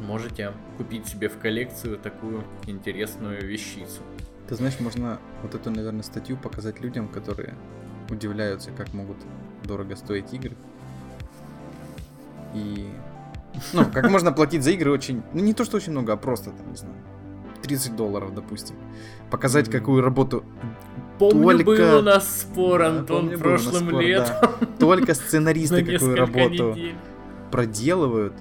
можете купить себе в коллекцию такую интересную вещицу. Ты знаешь, можно вот эту, наверное, статью показать людям, которые удивляются, как могут дорого стоить игры. И... Ну, как можно платить за игры очень... Ну, не то, что очень много, а просто, там, не знаю, $30, допустим. Показать, какую работу... Помню, был у нас спор, Антон, прошлым летом. Да. Только сценаристы какую работу проделывают.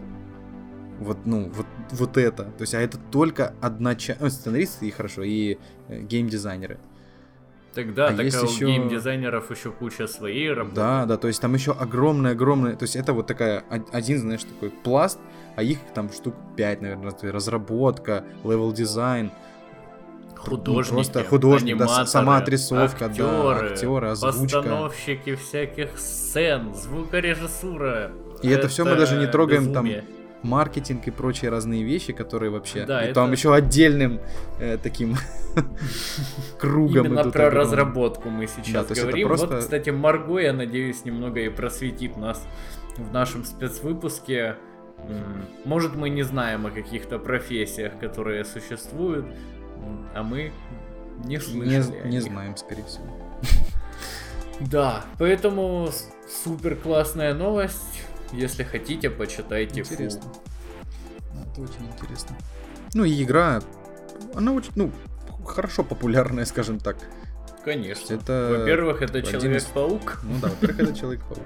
Вот это. То есть, а это только одна часть... сценаристы, и хорошо, и геймдизайнеры. Тогда, так есть у геймдизайнеров еще куча своей работы. Да, то есть там еще огромная, то есть это вот такая, один, знаешь, такой пласт, а их там штук 5, наверное, разработка, левел-дизайн, художники, просто художник, аниматоры, да, сама отрисовка, актеры, озвучка. Постановщики всяких сцен, звукорежиссура. И это все мы даже не трогаем безумие. Там маркетинг и прочие разные вещи, которые вообще... Да, и там еще отдельным таким кругом именно идут. Про разработку мы сейчас да, говорим. Просто... Вот, кстати, Марго, я надеюсь, немного и просветит нас в нашем спецвыпуске. Может, мы не знаем о каких-то профессиях, которые существуют, а мы не слышали Не знаем, скорее всего. Да, поэтому супер классная новость. Если хотите, почитайте. Интересно. Это очень интересно. Ну и игра, она очень, хорошо популярная, скажем так. Конечно. Это во-первых, это Человек-паук. Ну да, во-первых, это Человек-паук.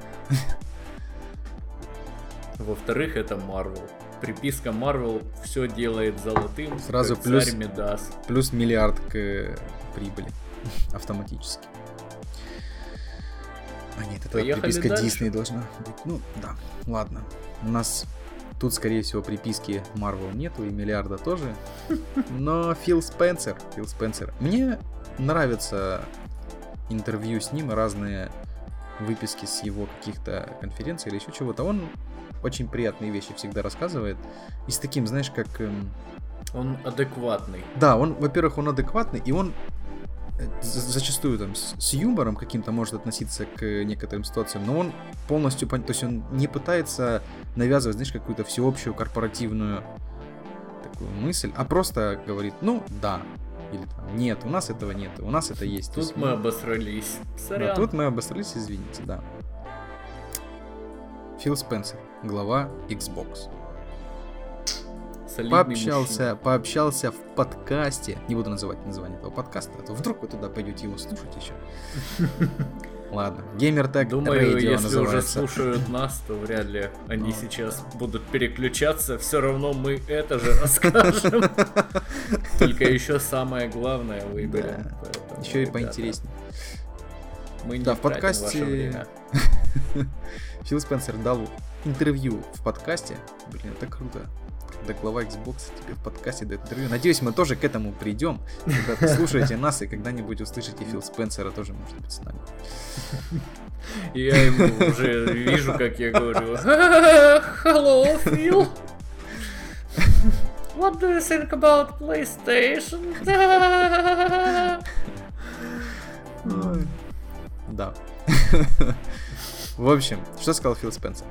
Во-вторых, это Marvel. Приписка Marvel все делает золотым. Сразу плюс Мидас. Плюс миллиард к прибыли автоматически. А нет, это приписка дальше. Disney должна быть. Ну, да, ладно. У нас тут, скорее всего, приписки Marvel нету и миллиарда тоже. Но Фил Спенсер. Мне нравятся интервью с ним и разные выписки с его каких-то конференций или еще чего-то. Он очень приятные вещи всегда рассказывает. И с таким, знаешь, как... Он адекватный. Да, во-первых, он адекватный, и он зачастую там с юмором каким-то может относиться к некоторым ситуациям, но он полностью, то есть он не пытается навязывать, знаешь, какую-то всеобщую корпоративную такую мысль, а просто говорит, да, или там, нет, у нас этого нет, у нас это есть. Тут мы обосрались. Сорян. Да, тут мы обосрались, извините, да. Фил Спенсер, глава Xbox. Пообщался в подкасте. Не буду называть название этого подкаста, а то вдруг вы туда пойдете его слушать еще. Ладно, Gamertag Radio. Думаю, если называется. Уже слушают нас, то вряд ли они сейчас будут переключаться. Все равно мы это же расскажем. Только еще самое главное выберем. Еще и поинтереснее. Мы не в подкасте ваше время. Фил Спенсер дал интервью в подкасте. Блин, это круто. Когда глава Xbox тебе в подкасте дает интервью. Надеюсь, мы тоже к этому придем. Когда слушаете нас и когда-нибудь услышите Фил Спенсера, тоже может быть с нами. Я ему уже вижу, как я говорю. Hello, Phil. What do you think about PlayStation? Да. В общем, что сказал Фил Спенсер?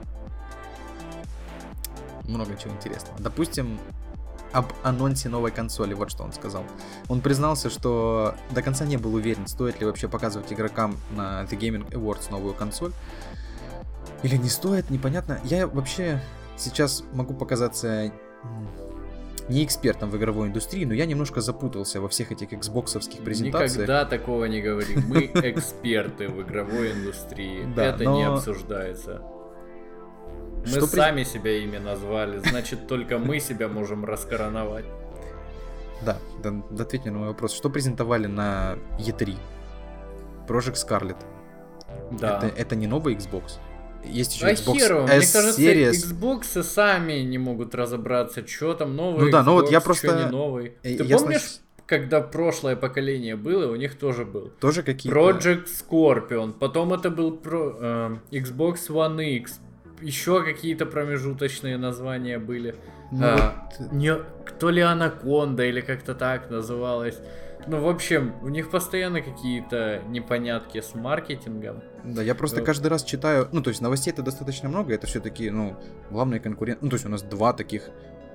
Много чего интересного. Допустим, об анонсе новой консоли, вот что он сказал. Он признался, что до конца не был уверен, стоит ли вообще показывать игрокам на The Gaming Awards новую консоль. Или не стоит, непонятно. Я вообще сейчас могу показаться не экспертом в игровой индустрии, но я немножко запутался во всех этих xbox-овских презентациях. Никогда такого не говори. Мы эксперты в игровой индустрии. Это не обсуждается. Мы сами себя ими назвали, значит, только мы себя можем раскороновать. Да, ответь мне на мой вопрос. Что презентовали на E3? Project Scarlet. Да. Это не новый Xbox? Есть еще Xbox херу, S мне кажется, Series. Xbox сами не могут разобраться, что там новый ну да, Xbox, но вот я просто... что не новый. Ты помнишь, когда прошлое поколение было, у них тоже был? Тоже какие-то... Project Scorpion, потом это был Xbox One X, еще какие-то промежуточные названия были. То ли Анаконда или как-то так называлось. Ну, в общем, у них постоянно какие-то непонятки с маркетингом. Да, я просто каждый раз читаю... Ну, то есть новостей-то достаточно много, это все-таки, главные конкуренты... Ну, то есть у нас два таких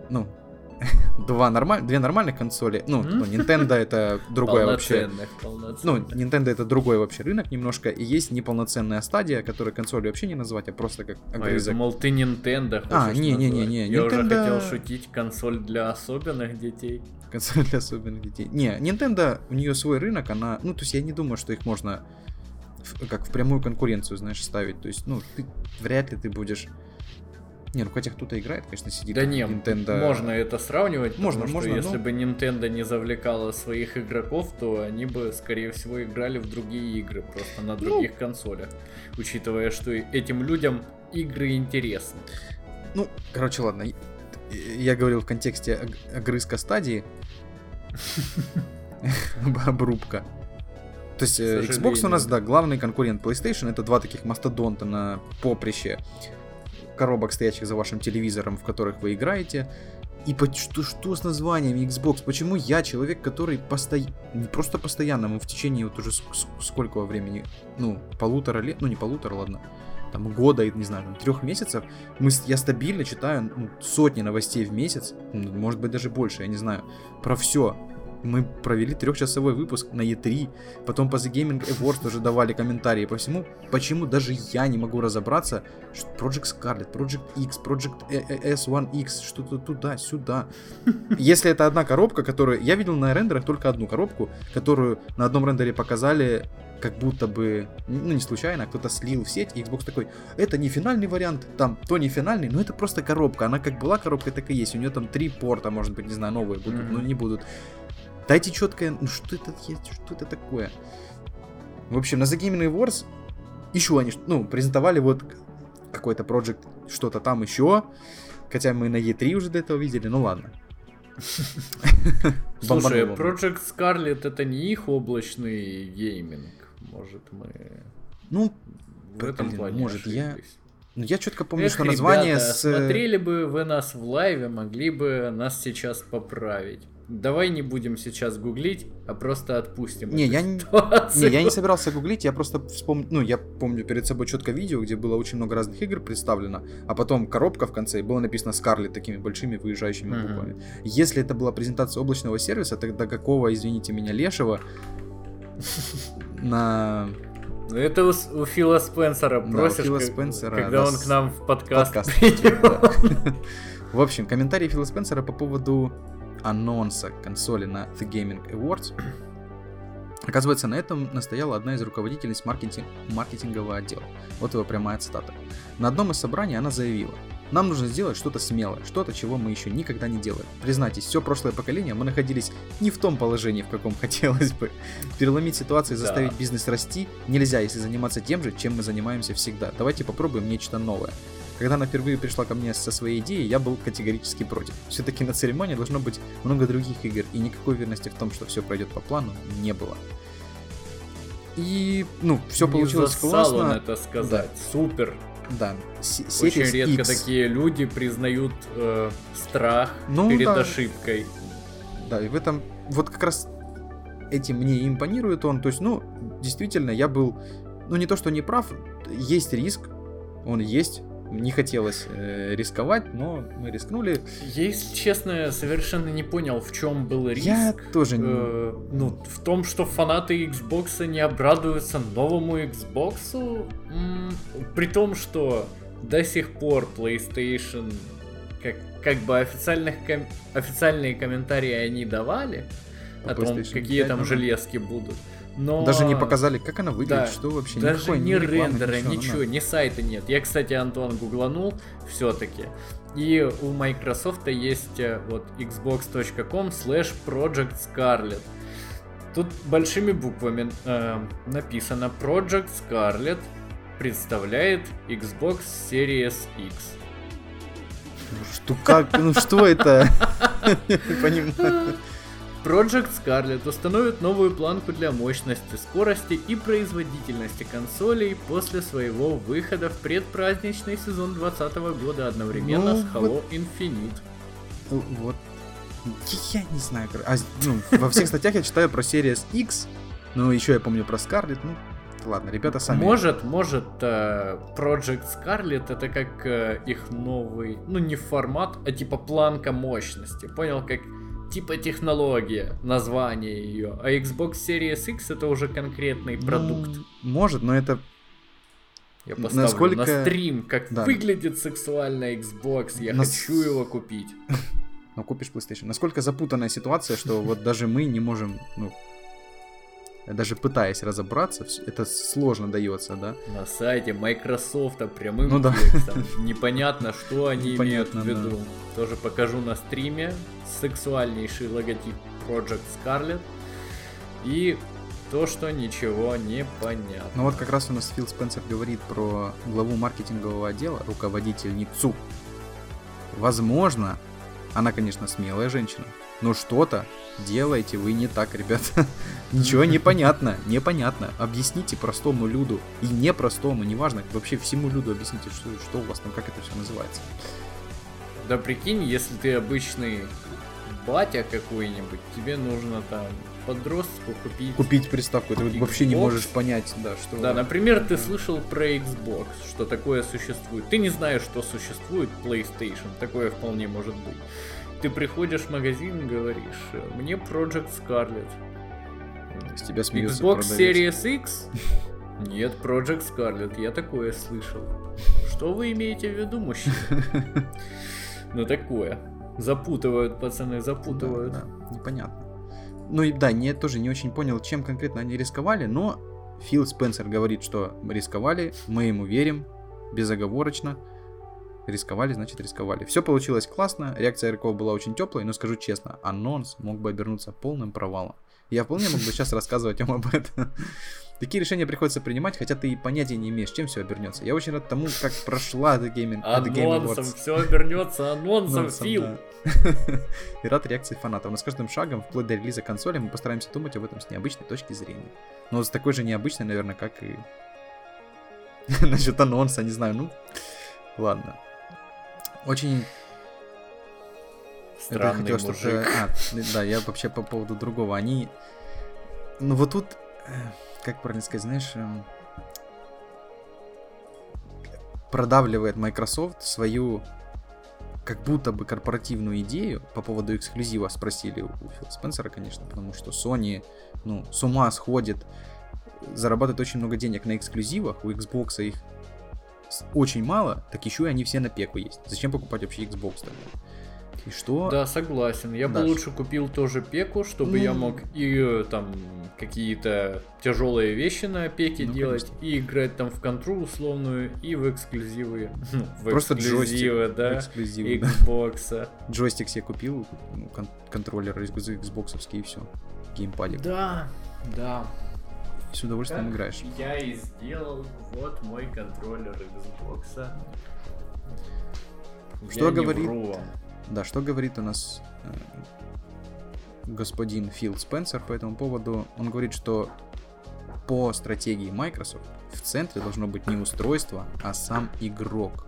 две нормальных консоли. Nintendo это другое вообще. Nintendo это другой вообще рынок немножко. И есть неполноценная стадия, которую консолью вообще не назвать, а просто как огрызок. Я думал, ты Nintendo хочешь не. Я уже хотел шутить, консоль для особенных детей. Консоль для особенных детей. Не, Nintendo, у нее свой рынок, она... то есть я не думаю, что их можно как в прямую конкуренцию, знаешь, ставить. То есть, вряд ли ты будешь... хотя кто-то играет, конечно, сидит. Да не, Nintendo... можно это сравнивать, можно, если бы Nintendo не завлекала своих игроков, то они бы, скорее всего, играли в другие игры, просто на других консолях, учитывая, что этим людям игры интересны. Ладно, я говорил в контексте огрызка стадии, обрубка. То есть Xbox у нас, главный конкурент PlayStation, это два таких мастодонта на поприще коробок, стоящих за вашим телевизором, в которых вы играете. И что с названиями Xbox? Почему я, человек, который не просто постоянно, мы в течение вот уже сколько времени, 1,5 лет, не 1,5, ладно, там года, не знаю, 3 месяцев, я стабильно читаю сотни новостей в месяц, может быть даже больше, я не знаю, про все. Мы провели 3-часовой выпуск на E3, потом по The Gaming Awards тоже давали комментарии по всему. Почему даже я не могу разобраться, что Project Scarlet, Project X, Project S1X, что-то туда-сюда. Если это одна коробка, которую... Я видел на рендерах только одну коробку, которую на одном рендере показали, как будто бы, не случайно, кто-то слил в сеть, и Xbox такой, это не финальный вариант, там, то не финальный, но это просто коробка. Она как была коробкой, так и есть. У нее там 3 порта, может быть, не знаю, новые будут, но не будут. Дайте четкое, что это есть, что это такое. В общем, на The Gaming Awards еще они, презентовали вот какой-то Project, что-то там еще. Хотя мы на E3 уже до этого видели, ладно. Слушай, Project Scarlet это не их облачный гейминг. Может, мы в этом плане может, я четко помню, что название ребята, смотрели бы вы нас в лайве, могли бы нас сейчас поправить. Давай не будем сейчас гуглить, а просто отпустим. Я не собирался гуглить, я просто вспомнил, я помню перед собой четко видео, где было очень много разных игр представлено, а потом коробка в конце, и было написано Scarlet такими большими выезжающими буквами. Если это была презентация облачного сервиса, тогда какого, извините меня, лешего на... Это у Фила Спенсера просишь, Фила Спенсера, когда он к нам в подкаст придет. В общем, комментарий Фила Спенсера по поводу анонса консоли на The Gaming Awards. Оказывается, на этом настояла одна из руководительниц маркетингового отдела. Вот его прямая цитата. На одном из собраний она заявила: нам нужно сделать что-то смелое, что-то, чего мы еще никогда не делали. Признайтесь, все прошлое поколение мы находились не в том положении, в каком хотелось бы. Переломить ситуацию и заставить бизнес расти нельзя, если заниматься тем же, чем мы занимаемся всегда. Давайте попробуем нечто новое. Когда она впервые пришла ко мне со своей идеей, я был категорически против. Все-таки на церемонии должно быть много других игр, и никакой уверенности в том, что все пройдет по плану, не было. И, все получилось классно. Он это сказать. Да. Супер. Да. Очень редко такие люди признают страх перед ошибкой. Да, и в этом вот как раз этим мне импонирует он. То есть, действительно, я был, не то что не прав, есть риск, он есть. Не хотелось рисковать, но мы рискнули. Я, если честно, совершенно не понял, в чем был риск. Я тоже не... в том, что фанаты Xbox не обрадуются новому Xbox, при том, что до сих пор PlayStation как бы официальные комментарии они давали о том, какие там железки будут. Но... Даже не показали, как она выглядит, что вообще. Даже ни рендера, ничего, ни сайта нет. Я, кстати, Антон, гугланул все-таки. И у Microsoft есть вот xbox.com/Project Scarlet. Тут большими буквами написано: Project Scarlet представляет Xbox Series X. Что это? Я не понимаю. Project Scarlet установит новую планку для мощности, скорости и производительности консолей после своего выхода в предпраздничный сезон 2020 года одновременно с Halo Infinite. Вот. Я не знаю. Во всех статьях я читаю про Series X, еще я помню про Scarlet. ладно, ребята сами... Может, Project Scarlet это как их новый, ну не формат, а типа планка мощности. Понял, как типа технология, название ее. А Xbox Series X это уже конкретный продукт. Может, но это... Я поставлю на стрим, как выглядит сексуальная Xbox, я хочу его купить. Ну, купишь PlayStation. Насколько запутанная ситуация, что вот даже мы не можем, ну, даже пытаясь разобраться, это сложно дается, да? На сайте Microsoft прямым текстом. Непонятно, что они имеют в виду. Да. Тоже покажу на стриме. Сексуальнейший логотип Project Scarlet. И то, что ничего не понятно. Ну вот как раз у нас Фил Спенсер говорит про главу маркетингового отдела, руководительницу. Возможно, она, конечно, смелая женщина, но что-то делаете вы не так, ребята. Ничего непонятно. Объясните простому люду и непростому, неважно, вообще всему люду объясните, что у вас там, как это все называется. Да прикинь, если ты обычный батя какой-нибудь, тебе нужно там подростку купить приставку, ты Xbox. Вообще не можешь понять, да, что... Да, например, ты слышал про Xbox, что такое существует. Ты не знаешь, что существует PlayStation, такое вполне может быть. Ты приходишь в магазин и говоришь, мне Project Scarlet. С тебя смеется Xbox продавец. Series X? Нет, Project Scarlet, я такое слышал. Что вы имеете в виду, мужчина? Ну такое. Запутывают, пацаны, запутывают. Да, непонятно. Ну и да, я тоже не очень понял, чем конкретно они рисковали, но Фил Спенсер говорит, что мы рисковали, мы ему верим, безоговорочно. Рисковали, значит рисковали. Все получилось классно, реакция игроков была очень теплой, но скажу честно, анонс мог бы обернуться полным провалом. Я вполне мог бы сейчас рассказывать вам об этом. Такие решения приходится принимать, хотя ты и понятия не имеешь, чем все обернется. Я очень рад тому, как прошла The Game Awards. Анонсом все обернется, анонсом, Фил. Да. И рад реакции фанатов. Но с каждым шагом, вплоть до релиза консоли, мы постараемся думать об этом с необычной точки зрения. Но с такой же необычной, наверное, как и насчет анонса, не знаю, ну... Ладно. Очень... Странный мужик. Да, я вообще по поводу другого. Они... Ну вот тут... Как правильно сказать, знаешь... Продавливает Microsoft свою... как будто бы корпоративную идею по поводу эксклюзива. Спросили у Фила Спенсера, конечно, потому что Sony, ну, с ума сходит, зарабатывает очень много денег на эксклюзивах, у Xbox их очень мало, так еще и они все на пеку есть. Зачем покупать вообще Xbox тогда? И что? Да, согласен. Я бы лучше купил тоже пеку, чтобы я мог и там какие-то тяжелые вещи на пеке делать, конечно. И играть там в контру условную, и в эксклюзивы. Просто эксклюзивы, да, Xbox. Да. Джойстик себе купил, контроллер Xbox-овский, и все. Геймпадик. Да. И с удовольствием как играешь. Я и сделал, вот мой контроллер Xbox. Что говорит... Да, что говорит у нас господин Фил Спенсер по этому поводу? Он говорит, что по стратегии Microsoft в центре должно быть не устройство, а сам игрок.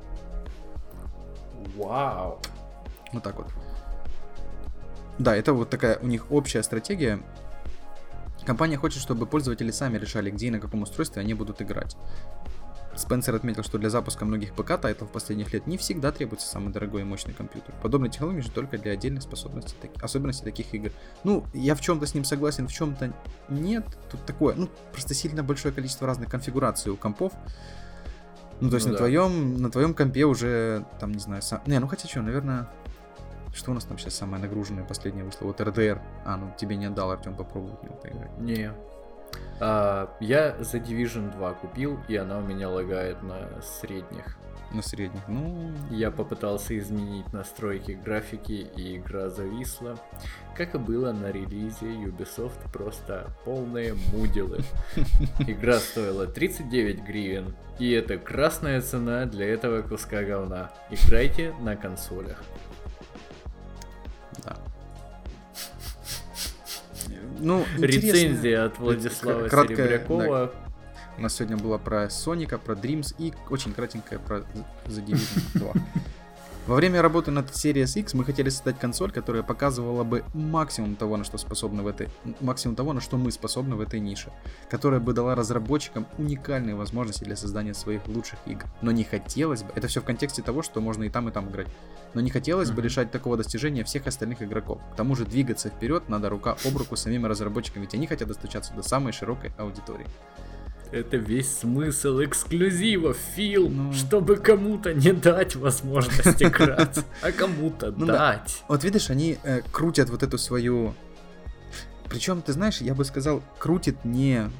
Вау! Вот так вот. Да, это вот такая у них общая стратегия. Компания хочет, чтобы пользователи сами решали, где и на каком устройстве они будут играть. Спенсер отметил, что для запуска многих ПК-тайтлов последних лет не всегда требуется самый дорогой и мощный компьютер. Подобные технологии же только для отдельных особенностей таких игр. Ну, я в чем-то с ним согласен, в чем-то нет. Тут такое, ну, просто сильно большое количество разных конфигураций у компов. Ну, то есть на твоем компе уже, там, не знаю, ну хотя что, наверное... Что у нас там сейчас самое нагруженное, последнее вышло? Вот RDR. Ну тебе не отдал, Артем, попробовать в него поиграть. Не. Я The Division 2 купил, и она у меня лагает на средних. На средних, ну... Я попытался изменить настройки графики, и игра зависла. Как и было на релизе, Ubisoft просто полные муделы. Игра стоила 39 гривен, и это красная цена для этого куска говна. Играйте на консолях. Да. Ну, рецензия от Владислава Серебрякова. Да. У нас сегодня была про Соника, про Dreams и очень кратенькая про The Division 2. Во время работы над Series X мы хотели создать консоль, которая показывала бы максимум того, на что мы способны в этой нише, которая бы дала разработчикам уникальные возможности для создания своих лучших игр. Но не хотелось бы, это все в контексте того, что можно и там играть, но не хотелось бы лишать такого достижения всех остальных игроков. К тому же двигаться вперед надо рука об руку с самими разработчиками, ведь они хотят достучаться до самой широкой аудитории. Это весь смысл эксклюзива, Фил, чтобы кому-то не дать возможность играть, а кому-то дать. Да. Вот видишь, они крутят вот эту свою... Причем, ты знаешь, я бы сказал, крутит не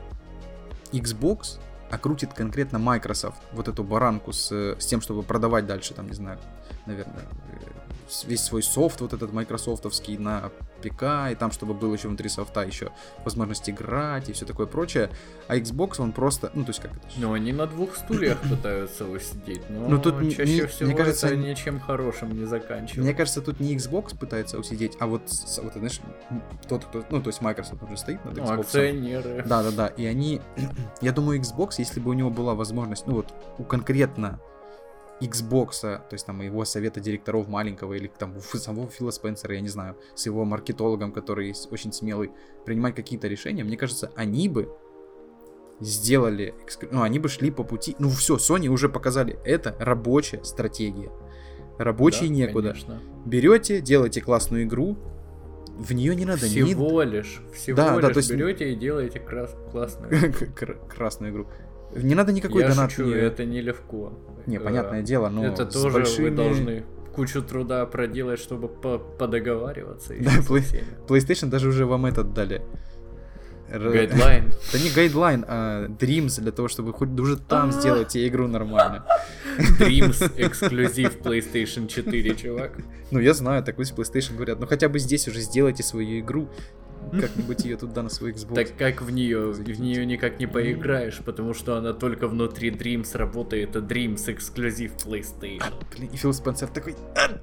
Xbox, а крутит конкретно Microsoft вот эту баранку с тем, чтобы продавать дальше, там, не знаю, наверное, весь свой софт вот этот майкрософтовский на ПК, и там, чтобы был еще внутри софта еще возможность играть и все такое прочее. А Xbox, он просто, ну, то есть как это? Ну, они на двух стульях пытаются усидеть, но тут чаще всего мне кажется, это ничем хорошим не заканчивается. Мне кажется, тут не Xbox пытается усидеть, а вот знаешь, тот, кто, ну, то есть Microsoft уже стоит над Xbox. Акционеры. Да, и они, я думаю, Xbox, если бы у него была возможность, ну, вот, у конкретно Xbox, то есть там его совета директоров маленького, или там у самого Фила Спенсера, я не знаю, с его маркетологом, который очень смелый, принимать какие-то решения, мне кажется, они бы сделали, они бы шли по пути, ну все, Sony уже показали, это рабочая стратегия, рабочей некуда. Конечно. Берете, делаете классную игру, в нее не надо всего лишь берете и делаете классную красную игру. Не надо никакой донат. Я шучу, это нелегко. Не, понятное дело, но это тоже большими... вы должны кучу труда проделать, чтобы подоговариваться. Да, PlayStation даже уже вам этот дали. Гайдлайн. Да не гайдлайн, а Dreams, для того, чтобы хоть уже там сделайте игру нормально. Dreams эксклюзив PlayStation 4, чувак. Ну, я знаю, так пусть PlayStation говорят, ну хотя бы здесь уже сделайте свою игру. Как-нибудь ее туда на свой Xbox. Так как в нее никак не поиграешь, потому что она только внутри Dreams работает, это Dreams эксклюзив PlayStation. Блин, и Фил Спенсер такой...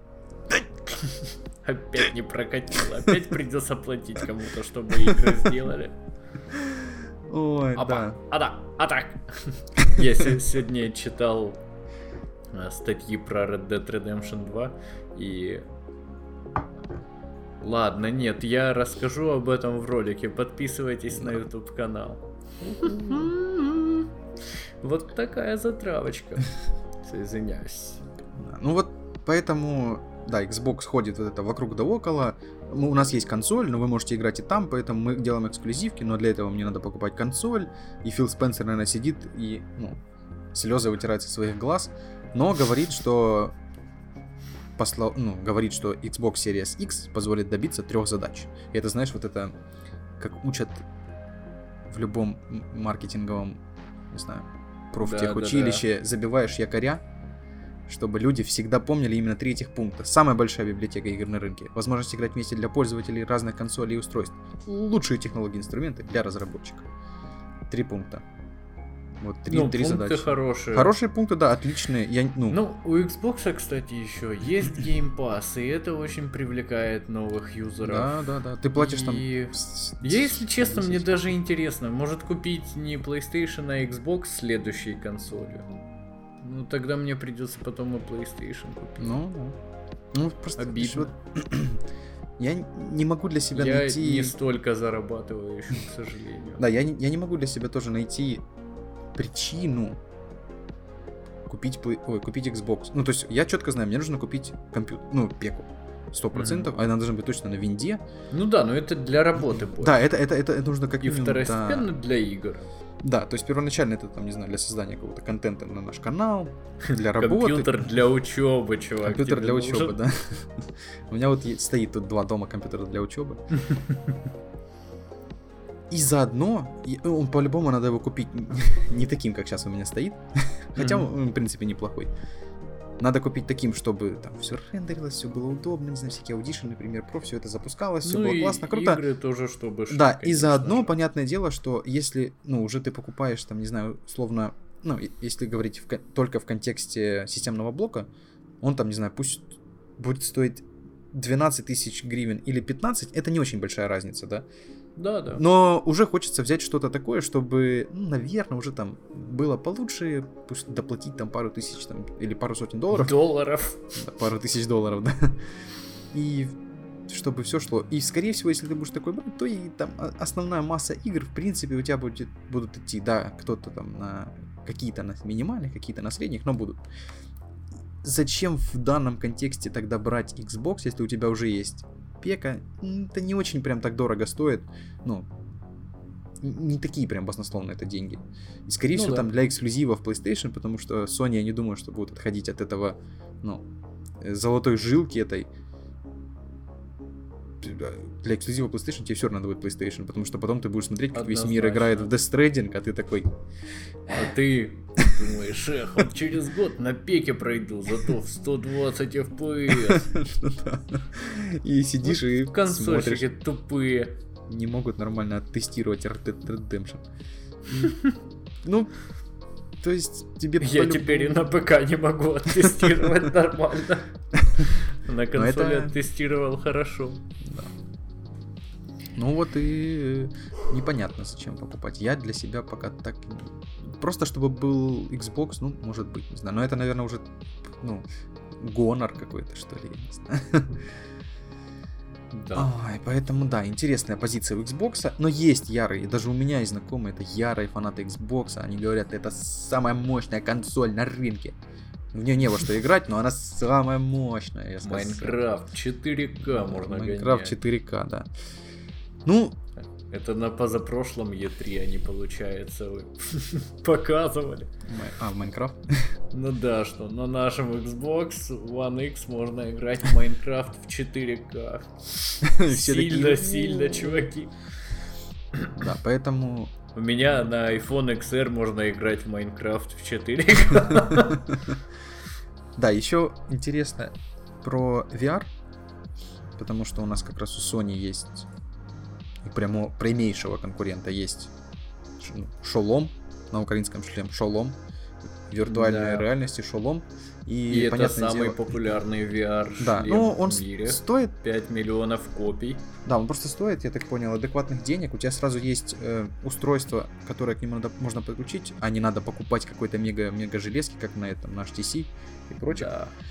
Опять не прокатило, опять придется платить кому-то, чтобы игры сделали. Ой, да. А так. Я сегодня читал статьи про Red Dead Redemption 2 и... Ладно, нет, я расскажу об этом в ролике. Подписывайтесь на YouTube канал. Вот такая затравочка. Извиняюсь. Ну вот поэтому, да, Xbox ходит вот это вокруг да около. У нас есть консоль, но вы можете играть и там, поэтому мы делаем эксклюзивки, но для этого мне надо покупать консоль. И Фил Спенсер, наверное, сидит и, слезы вытирает со своих глаз, но говорит, что... говорит, что Xbox Series X позволит добиться 3 задач. И это, знаешь, вот это, как учат в любом маркетинговом, не знаю, профтехучилище, забиваешь якоря, чтобы люди всегда помнили именно 3 этих пункта. Самая большая библиотека игр на рынке. Возможность играть вместе для пользователей разных консолей и устройств. Лучшие технологии и инструменты для разработчиков. 3 пункта. Вот 3 задачи. Хорошие. Хорошие пункты, да, отличные. У Xbox, кстати, еще есть Game Pass, и это очень привлекает новых юзеров. Да. Ты платишь там... Если честно, мне даже интересно, может купить не PlayStation, а Xbox следующей консолью. Ну, тогда мне придется потом и PlayStation купить. Ну, просто... Обидно. Я не могу для себя найти... Я не столько зарабатываю еще, к сожалению. Да, я не могу для себя тоже найти причину купить Xbox. Ну, то есть, я четко знаю, мне нужно купить компьютер, пеку. 100%, а она должна быть точно на винде. Ну да, но это для работы больше. Да, это нужно как минимум... И второстепенно для игр. Да, то есть первоначально это, там, не знаю, для создания какого-то контента на наш канал, для работы. Компьютер для учебы, чувак. Компьютер для учебы, да. У меня вот стоит тут 2 дома компьютера для учебы. И заодно, он по-любому надо его купить не таким, как сейчас у меня стоит. Хотя он, в принципе, неплохой. Надо купить таким, чтобы там все рендерилось, все было удобно, не знаю, всякие Audition, например, Pro, все это запускалось, все было классно, круто. Игры тоже, чтобы... Да, и заодно, понятное дело, что если, уже ты покупаешь, там, не знаю, условно, если говорить только в контексте системного блока, он там, не знаю, пусть будет стоить 12 тысяч гривен или 15, это не очень большая разница, да? Да. Но уже хочется взять что-то такое, чтобы, наверное, уже там было получше, пусть доплатить там пару тысяч там, или пару сотен $. Да, пару тысяч $, да. И чтобы все шло. И, скорее всего, если ты будешь такой брать, то и там основная масса игр, в принципе, у тебя будут идти, да, кто-то там на какие-то на минимальных, какие-то на средних, но будут. Зачем в данном контексте тогда брать Xbox, если у тебя уже есть пека? Это не очень прям так дорого стоит. Ну, не такие прям баснословные это деньги. И, скорее всего, там для эксклюзивов PlayStation, потому что Sony, я не думаю, что будут отходить от этого, золотой жилки этой. Для эксклюзива PlayStation тебе все равно надо будет PlayStation, потому что потом ты будешь смотреть, как весь мир играет в Death Stranding, а ты такой... А ты думаешь, вот через год на пеке пройду, зато в 120 FPS. И сидишь и консольщики тупые. Не могут нормально оттестировать Red Dead Redemption. Ну, то есть тебе... Я теперь и на ПК не могу оттестировать нормально. На консоли оттестировал хорошо. Да. Ну вот и непонятно, зачем покупать. Я для себя пока так... Просто чтобы был Xbox, может быть, не знаю. Но это, наверное, уже, гонор какой-то, что ли, я не знаю. Да. Поэтому, да, интересная позиция у Xbox. Но есть ярые, даже у меня есть знакомые, это ярые фанаты Xbox. Они говорят, это самая мощная консоль на рынке. В нее не во что играть, но она самая мощная. Майнкрафт 4К можно гонять. Майнкрафт 4К, да. Это на позапрошлом E3 они, получается, показывали. В Майнкрафт? Ну да, что на нашем Xbox One X можно играть в Майнкрафт в 4К. Сильно, чуваки. Да, поэтому... У меня на iPhone XR можно играть в Майнкрафт в 4К. Да, еще интересно про VR, потому что у нас как раз у Sony есть, прямейшего конкурента есть шолом, на украинском шолом, виртуальной реальности шолом. И это самый популярный VR-шлем в мире. Стоит 5 миллионов копий. Да, он просто стоит, я так понял, адекватных денег. У тебя сразу есть устройство, которое к нему можно подключить, а не надо покупать какой-то мега железки, как на HTC и прочее.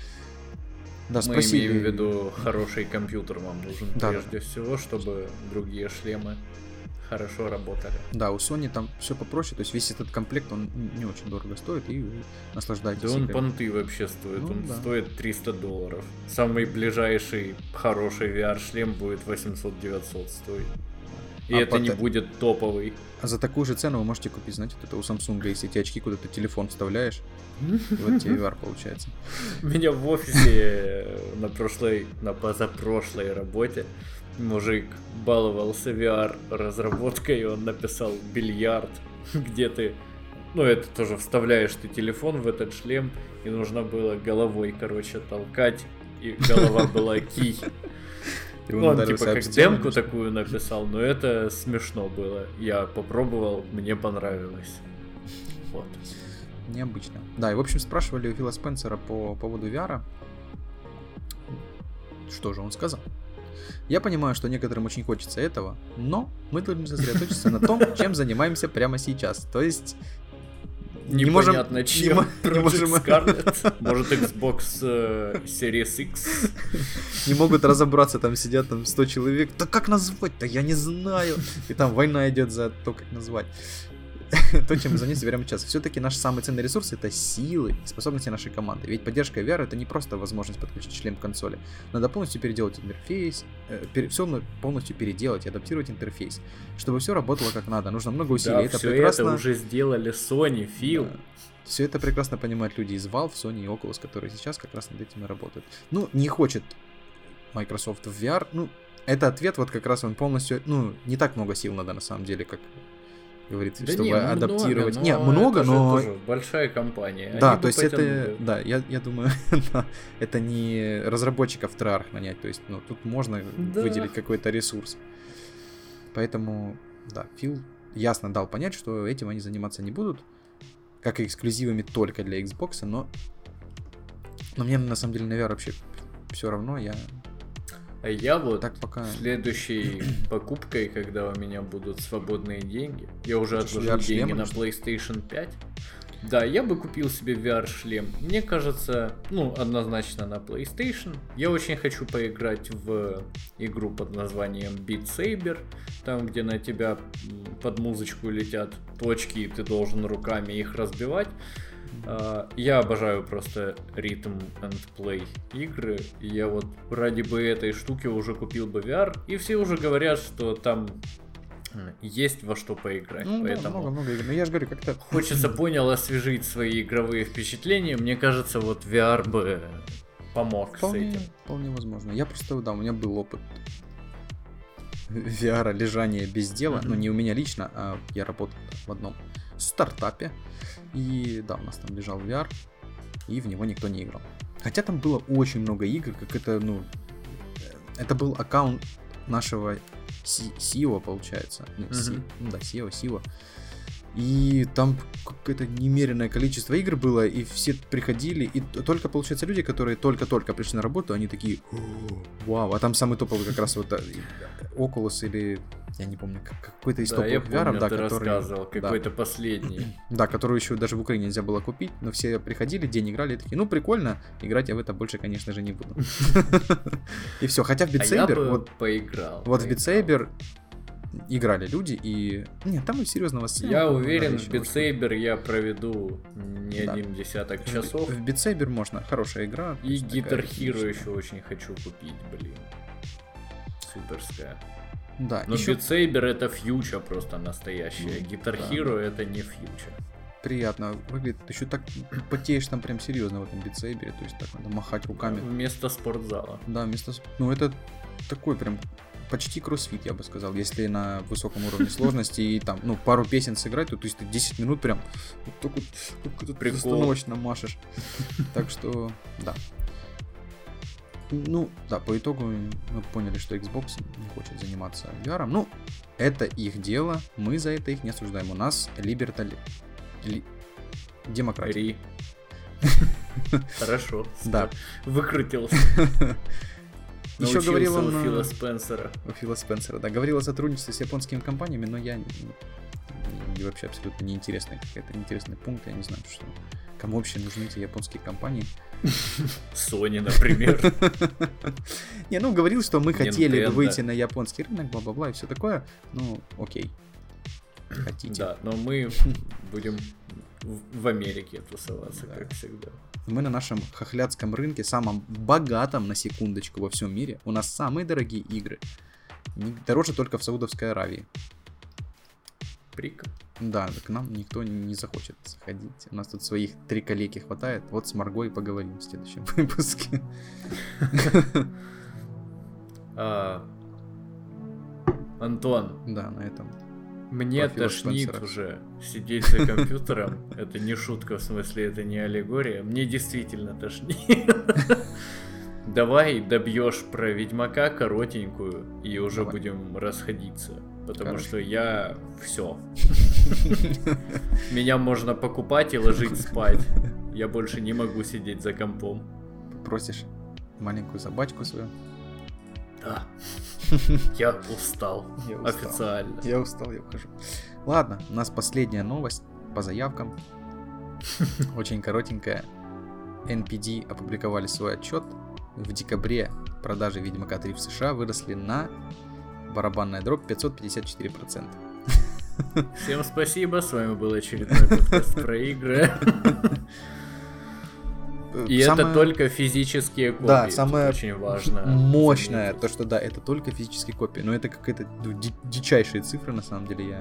Да, мы имеем в виду хороший компьютер вам нужен прежде всего, чтобы другие шлемы хорошо работали. Да, у Sony там все попроще, то есть весь этот комплект, он не очень дорого стоит, и вы наслаждаетесь. Да он понты вообще стоит, стоит $300. Самый ближайший хороший VR-шлем будет 800-900 стоить. И это не будет топовый. А за такую же цену вы можете купить, знаете, это у Samsung, если эти очки куда-то телефон вставляешь, и вот тебе VR получается. Меня в офисе на позапрошлой работе мужик баловался VR-разработкой, и он написал бильярд, где ты, это тоже вставляешь ты телефон в этот шлем, и нужно было головой, толкать, и голова была кий. Он как демку такую написал, но это смешно было. Я попробовал, мне понравилось. Вот. Необычно. Да, и в общем спрашивали у Фила Спенсера по поводу VR. Что же он сказал? Я понимаю, что некоторым очень хочется этого, но мы должны сосредоточиться на том, чем занимаемся прямо сейчас. То есть... Непонятно, чем. Scarlett. Может, Xbox Series X. Не могут разобраться, там сидят 100 человек. Да как назвать-то? Я не знаю. И там война идет за то, как назвать. То, чем мы занимаемся прямо сейчас. Все-таки наш самый ценный ресурс — это силы и способности нашей команды. Ведь поддержка VR — это не просто возможность подключить шлем к консоли. Надо полностью переделать интерфейс, все полностью переделать и адаптировать интерфейс, чтобы все работало как надо. Нужно много усилий. Да, это все прекрасно... это уже сделали Sony, Phil. Да. Все это прекрасно понимают люди из Valve, Sony и Oculus, которые сейчас как раз над этим и работают. Не хочет Microsoft в VR. Это ответ вот как раз он полностью... не так много сил надо на самом деле, как... говорится, да чтобы адаптировать. Много, но... Это тоже большая компания. Да, то есть это... Да, я думаю, это не разработчиков Treyarch нанять. То есть, тут можно выделить какой-то ресурс. Поэтому, да, Фил ясно дал понять, что этим они заниматься не будут. Как и эксклюзивами только для Xbox, но мне на самом деле на VR вообще все равно. А я вот так пока... следующей покупкой, когда у меня будут свободные деньги, я уже отложил деньги на PlayStation 5. Да, я бы купил себе VR-шлем. Мне кажется, однозначно на PlayStation. Я очень хочу поиграть в игру под названием Beat Saber. Там, где на тебя под музычку летят точки, и ты должен руками их разбивать. Я обожаю просто Rhythm and Play игры. И я вот ради бы этой штуки уже купил бы VR. И все уже говорят, что там... есть во что поиграть, поэтому много игр. Но я же говорю, как-то хочется, освежить свои игровые впечатления. Мне кажется, вот VR бы помог с этим. Вполне возможно. Я просто, у меня был опыт VR лежания без дела, но не у меня лично, а я работал в одном стартапе, и да, у нас там лежал VR, и в него никто не играл. Хотя там было очень много игр, как это был аккаунт нашего SEO, получается. SEO. И там какое-то немеренное количество игр было, и все приходили, и только, получается, люди, которые только-только пришли на работу, они такие: вау, а там самый топовый как раз вот Oculus или, я не помню, какой-то из топовых VR, да, ты рассказывал, какой-то последний. Да, который еще даже в Украине нельзя было купить, но все приходили, день играли, и такие: прикольно, играть я в это больше, конечно же, не буду. И все, хотя в Beat Saber... вот поиграл. Вот в Beat Saber играли люди, и... Нет, там и серьезного сцена. Я уверен, в Beat Saber я проведу не один десяток часов. В Beat Saber можно, хорошая игра. И Guitar Hero еще очень хочу купить, Суперская. Да, но Beat Saber это фьюча просто настоящая. Guitar Hero это не фьюча. Приятно выглядит. Еще так потеешь там прям серьезно в этом Beat Saber, то есть так надо махать руками. Вместо спортзала. Да, это такой прям почти кроссфит, я бы сказал, если на высоком уровне сложности и там, пару песен сыграть, то есть ты 10 минут прям вот так вот безостановочно машешь. Так что, да. По итогу мы поняли, что Xbox не хочет заниматься VR. Это их дело, мы за это их не осуждаем. У нас демократия. Хорошо. Да. Выкрутился. Еще говорил он... Фила Спенсера. Фила Спенсера, да. Говорил о сотрудничестве с японскими компаниями, но я вообще абсолютно неинтересный пункт. Я не знаю, что... Кому вообще нужны эти японские компании? Sony, например. Говорил, что мы хотели бы выйти на японский рынок, бла-бла-бла и все такое. Окей. Хотите. Да, но мы будем в Америке тусоваться, как всегда. Мы на нашем хохлядском рынке, самом богатом, на секундочку, во всем мире. У нас самые дорогие игры. Дороже только в Саудовской Аравии. Прикольно. Да, к нам никто не захочет заходить. У нас тут своих 3 коллеги хватает. Вот с Марго и поговорим в следующем выпуске. Антон. Да, на этом. Мне тошнит уже сидеть за компьютером. Это не шутка, в смысле, это не аллегория. Мне действительно тошнит. Давай добьешь про Ведьмака коротенькую, и уже будем расходиться. Потому что я все. Меня можно покупать и ложить спать. Я больше не могу сидеть за компом. Просишь маленькую собачку свою? Да. Я устал. Официально. Я устал, я ухожу. Ладно, у нас последняя новость по заявкам. Очень коротенькая. NPD опубликовали свой отчет. В декабре продажи Ведьмака 3 в США выросли на барабанная дробь 554%. Всем спасибо, с вами был очередной подкаст про игры. И это только физические копии. Да, самое очень важно. Мощное, то что да, это только физические копии. Но это какая-то дичайшие цифры, на самом деле.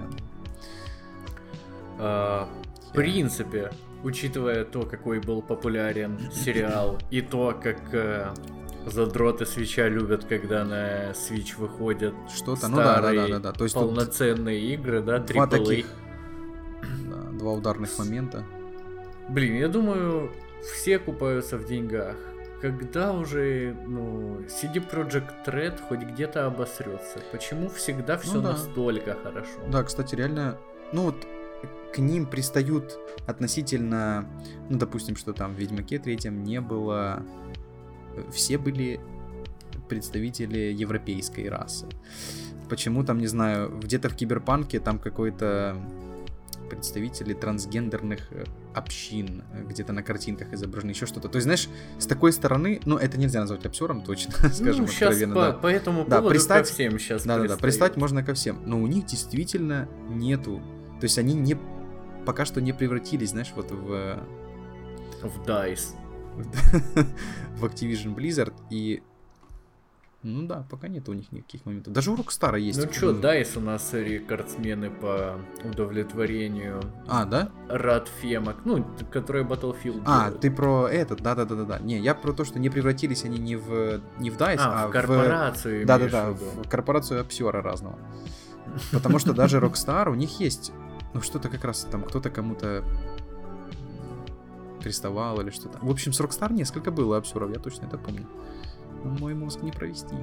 В принципе, учитывая то, какой был популярен сериал, и то, как задроты Свитча любят, когда на Switch выходят что-то, старые, да. То есть полноценные игры, да, два AAA. таких, два ударных момента. Блин, я думаю, все купаются в деньгах. Когда уже, CD Projekt Red хоть где-то обосрется? Почему всегда все настолько хорошо? Да, кстати, реально, к ним пристают относительно, допустим, что там в Ведьмаке 3 не было... Все были представители европейской расы. Почему там, не знаю, где-то в Киберпанке там какой-то представители трансгендерных общин где-то на картинках изображены, еще что-то. То есть, знаешь, с такой стороны, ну, это нельзя назвать обсером, точно, скажем откровенно. Да. По этому поводу ко всем сейчас Да, пристать можно ко всем. Но у них действительно нету. То есть, они пока что не превратились, знаешь, вот в DICE. В Activision Blizzard, и ну да, пока нет у них никаких моментов. Даже у Rockstar есть. Ну чё, DICE у нас рекордсмены по удовлетворению. Да? Рад фемок, ну, которые Battlefield делают. Ты про этот, да. Не, я про то, что не превратились они не в DICE, а в корпорацию. Да, в корпорацию обсера разного. Потому что даже Rockstar, у них есть, ну что-то как раз там, кто-то кому-то приставал или что-то. В общем, с Rockstar несколько было обсеров, я точно это помню. Мой мозг не провести.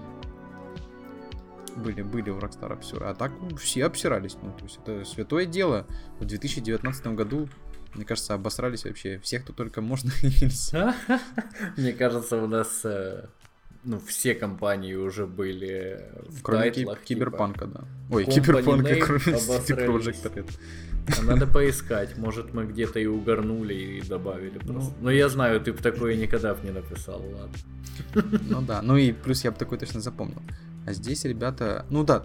Были у Rockstar обсеры. А так все обсирались. Ну, то есть это святое дело. В 2019 году, мне кажется, обосрались вообще все, кто только можно и нельзя. Мне кажется, у нас все компании уже были в тайтлах. Киберпанка, да. Ой, Киберпанка, кроме City Project. Надо поискать. Может, мы где-то и угорнули и добавили просто. Но я знаю, ты бы такое никогда бы не написал, ладно. Ну да, ну и плюс я бы такой точно запомнил. А здесь ребята, ну да,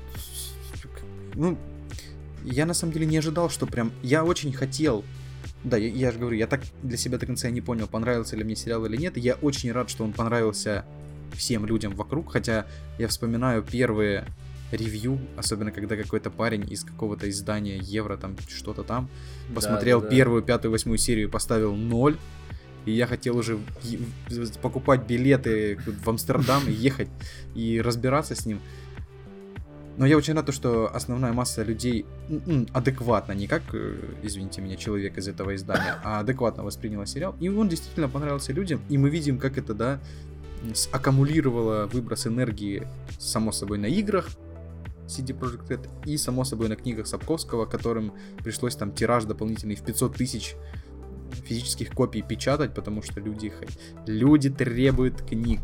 ну я на самом деле не ожидал, что прям, я очень хотел, да, я же говорю, я так для себя до конца не понял, понравился ли мне сериал или нет, я очень рад, что он понравился всем людям вокруг, хотя я вспоминаю первые ревью, особенно когда какой-то парень из какого-то издания Евро, там что-то там, посмотрел первую, пятую, 8 серию и поставил 0. И я хотел уже покупать билеты в Амстердам и ехать и разбираться с ним. Но я очень рад, что основная масса людей адекватно, не как, извините меня, человек из этого издания, а адекватно восприняла сериал. И он действительно понравился людям. И мы видим, как это, да, аккумулировало выброс энергии, само собой, на играх CD Projekt Red и, само собой, на книгах Сапковского, которым пришлось там тираж дополнительный в 500 тысяч физических копий печатать, потому что люди требуют книг.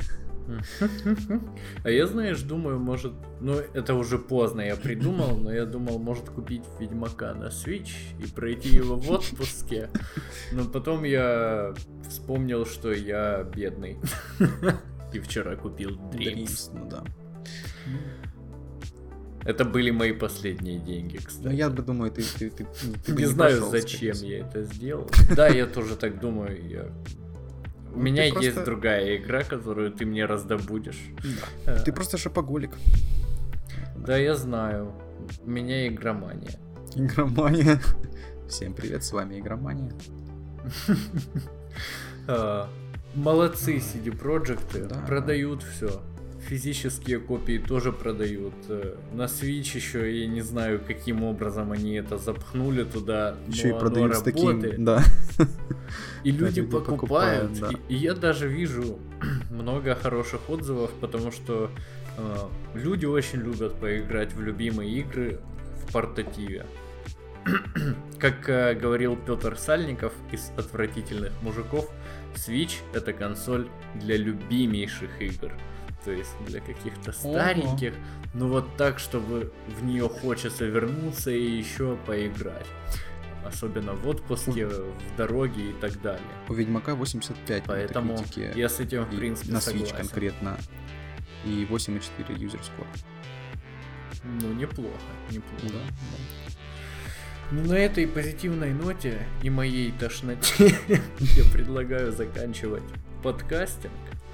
А я, знаешь, думаю, может, ну это уже поздно я придумал, но я думал, может купить Ведьмака на Switch и пройти его в отпуске, но потом я вспомнил, что я бедный и вчера купил Dreams. Ну да. Это были мои последние деньги, кстати. Ну, я бы думаю, ты не знаю, зачем я это сделал. Да, я тоже так думаю. У меня есть другая игра, которую ты мне раздобудешь. Да. Ты просто шопоголик. Да, я знаю. У меня игромания. Игромания. Всем привет, с вами Игромания. Молодцы CD Projekt, продают все. Физические копии тоже продают. На Switch еще, я не знаю, каким образом они это запхнули туда, еще но и продают оно работает. Таким, да. И люди покупают. Да. И я даже вижу много хороших отзывов, потому что люди очень любят поиграть в любимые игры в портативе. Как говорил Петр Сальников из «Отвратительных мужиков», Switch — это консоль для любимейших игр. То есть для каких-то стареньких, но вот так, чтобы в нее хочется вернуться и еще поиграть. Особенно в отпуске, в дороге и так далее. У Ведьмака 85 поэтому на критике. Я с этим, в принципе, на согласен. Switch конкретно. И 8,4 user score. Ну, неплохо. Да. Ну, на этой позитивной ноте и моей тошноте я предлагаю заканчивать подкастинг.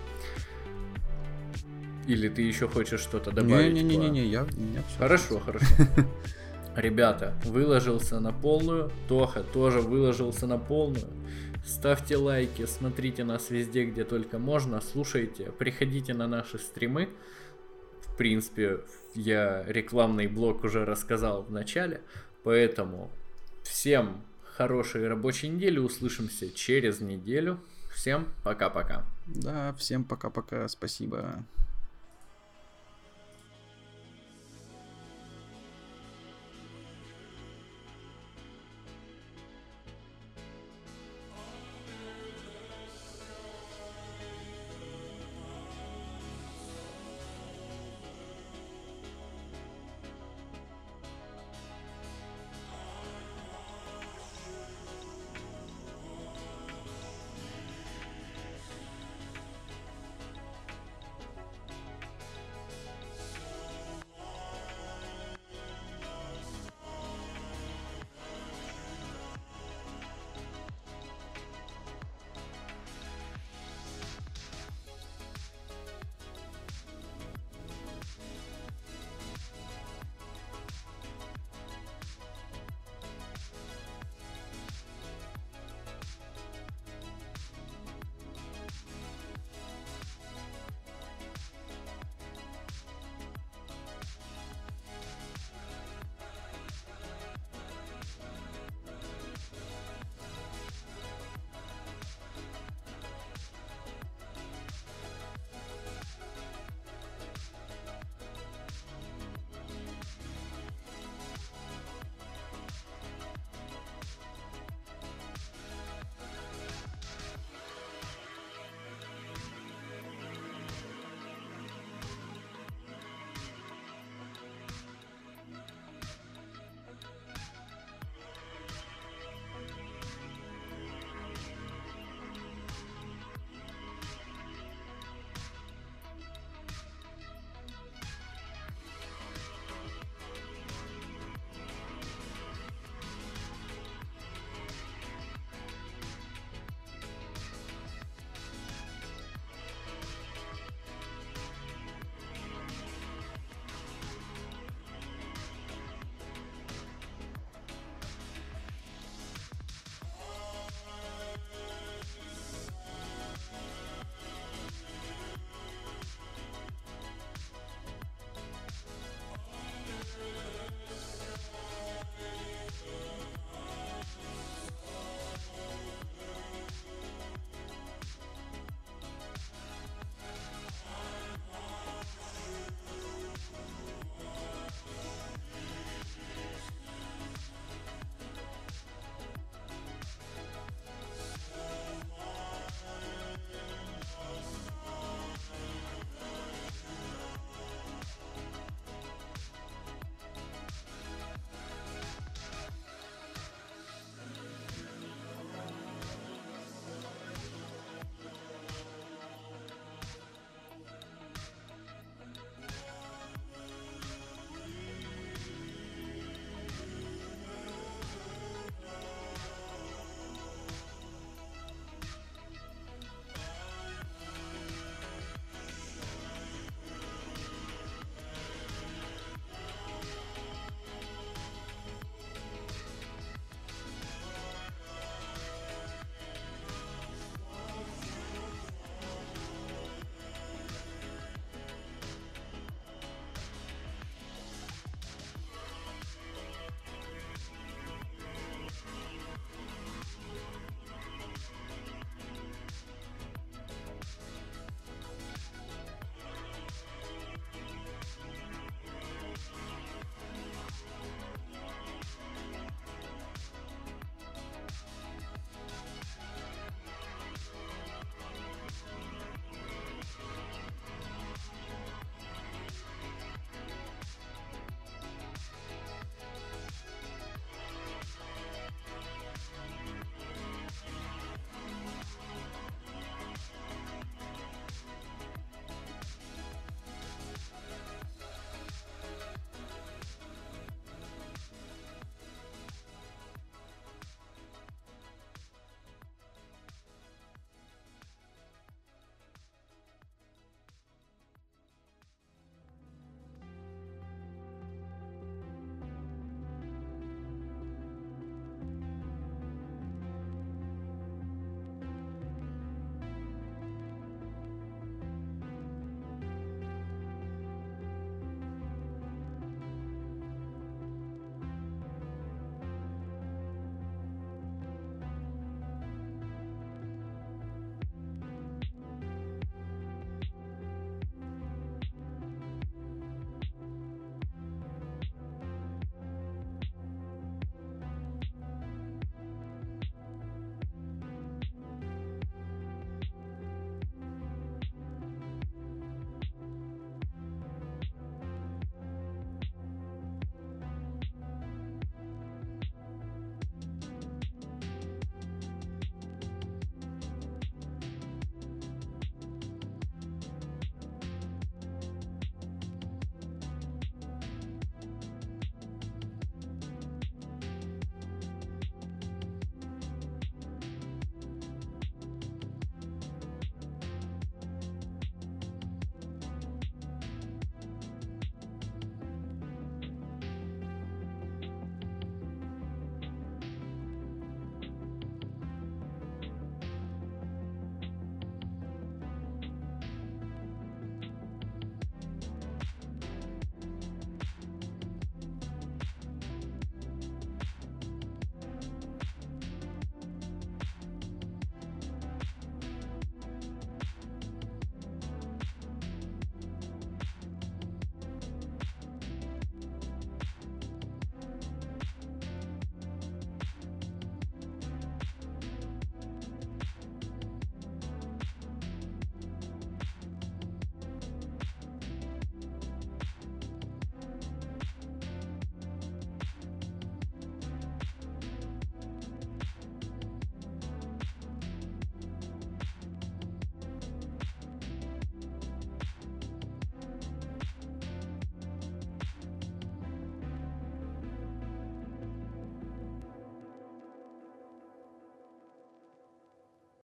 Или ты еще хочешь что-то добавить? Не-не-не, я Хорошо. Ребята, выложился на полную. Тоха тоже выложился на полную. Ставьте лайки, смотрите нас везде, где только можно. Слушайте, приходите на наши стримы. В принципе, я рекламный блок уже рассказал в начале. Поэтому всем хорошей рабочей недели. Услышимся через неделю. Всем пока-пока. Да, всем пока-пока. Спасибо.